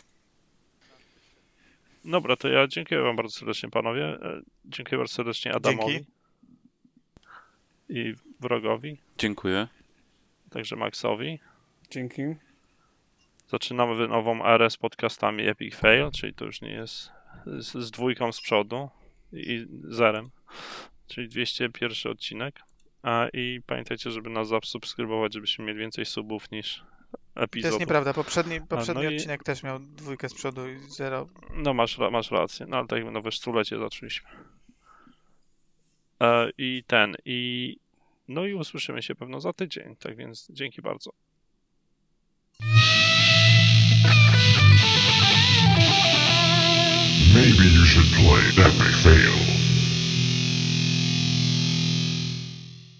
Dobra, to ja dziękuję wam bardzo serdecznie, panowie. E, dziękuję bardzo serdecznie Adamowi. Dzięki. I wrogowi, Dziękuję. także Maxowi. Dzięki. Zaczynamy nową erę z podcastami Epic Fail, czyli to już nie jest z, z dwójką z przodu i zerem, czyli dwieście pierwszy odcinek. A, I pamiętajcie, żeby nas zasubskrybować, żebyśmy mieli więcej subów niż To epizodów. jest nieprawda. Poprzedni, poprzedni no i- odcinek też miał dwójkę z przodu i zero. No masz, ra- masz rację, no ale tak jak nowe stulecie zaczęliśmy. E, I ten, i no i usłyszymy się pewno za tydzień, tak więc dzięki bardzo. Maybe you should play Epic Fail.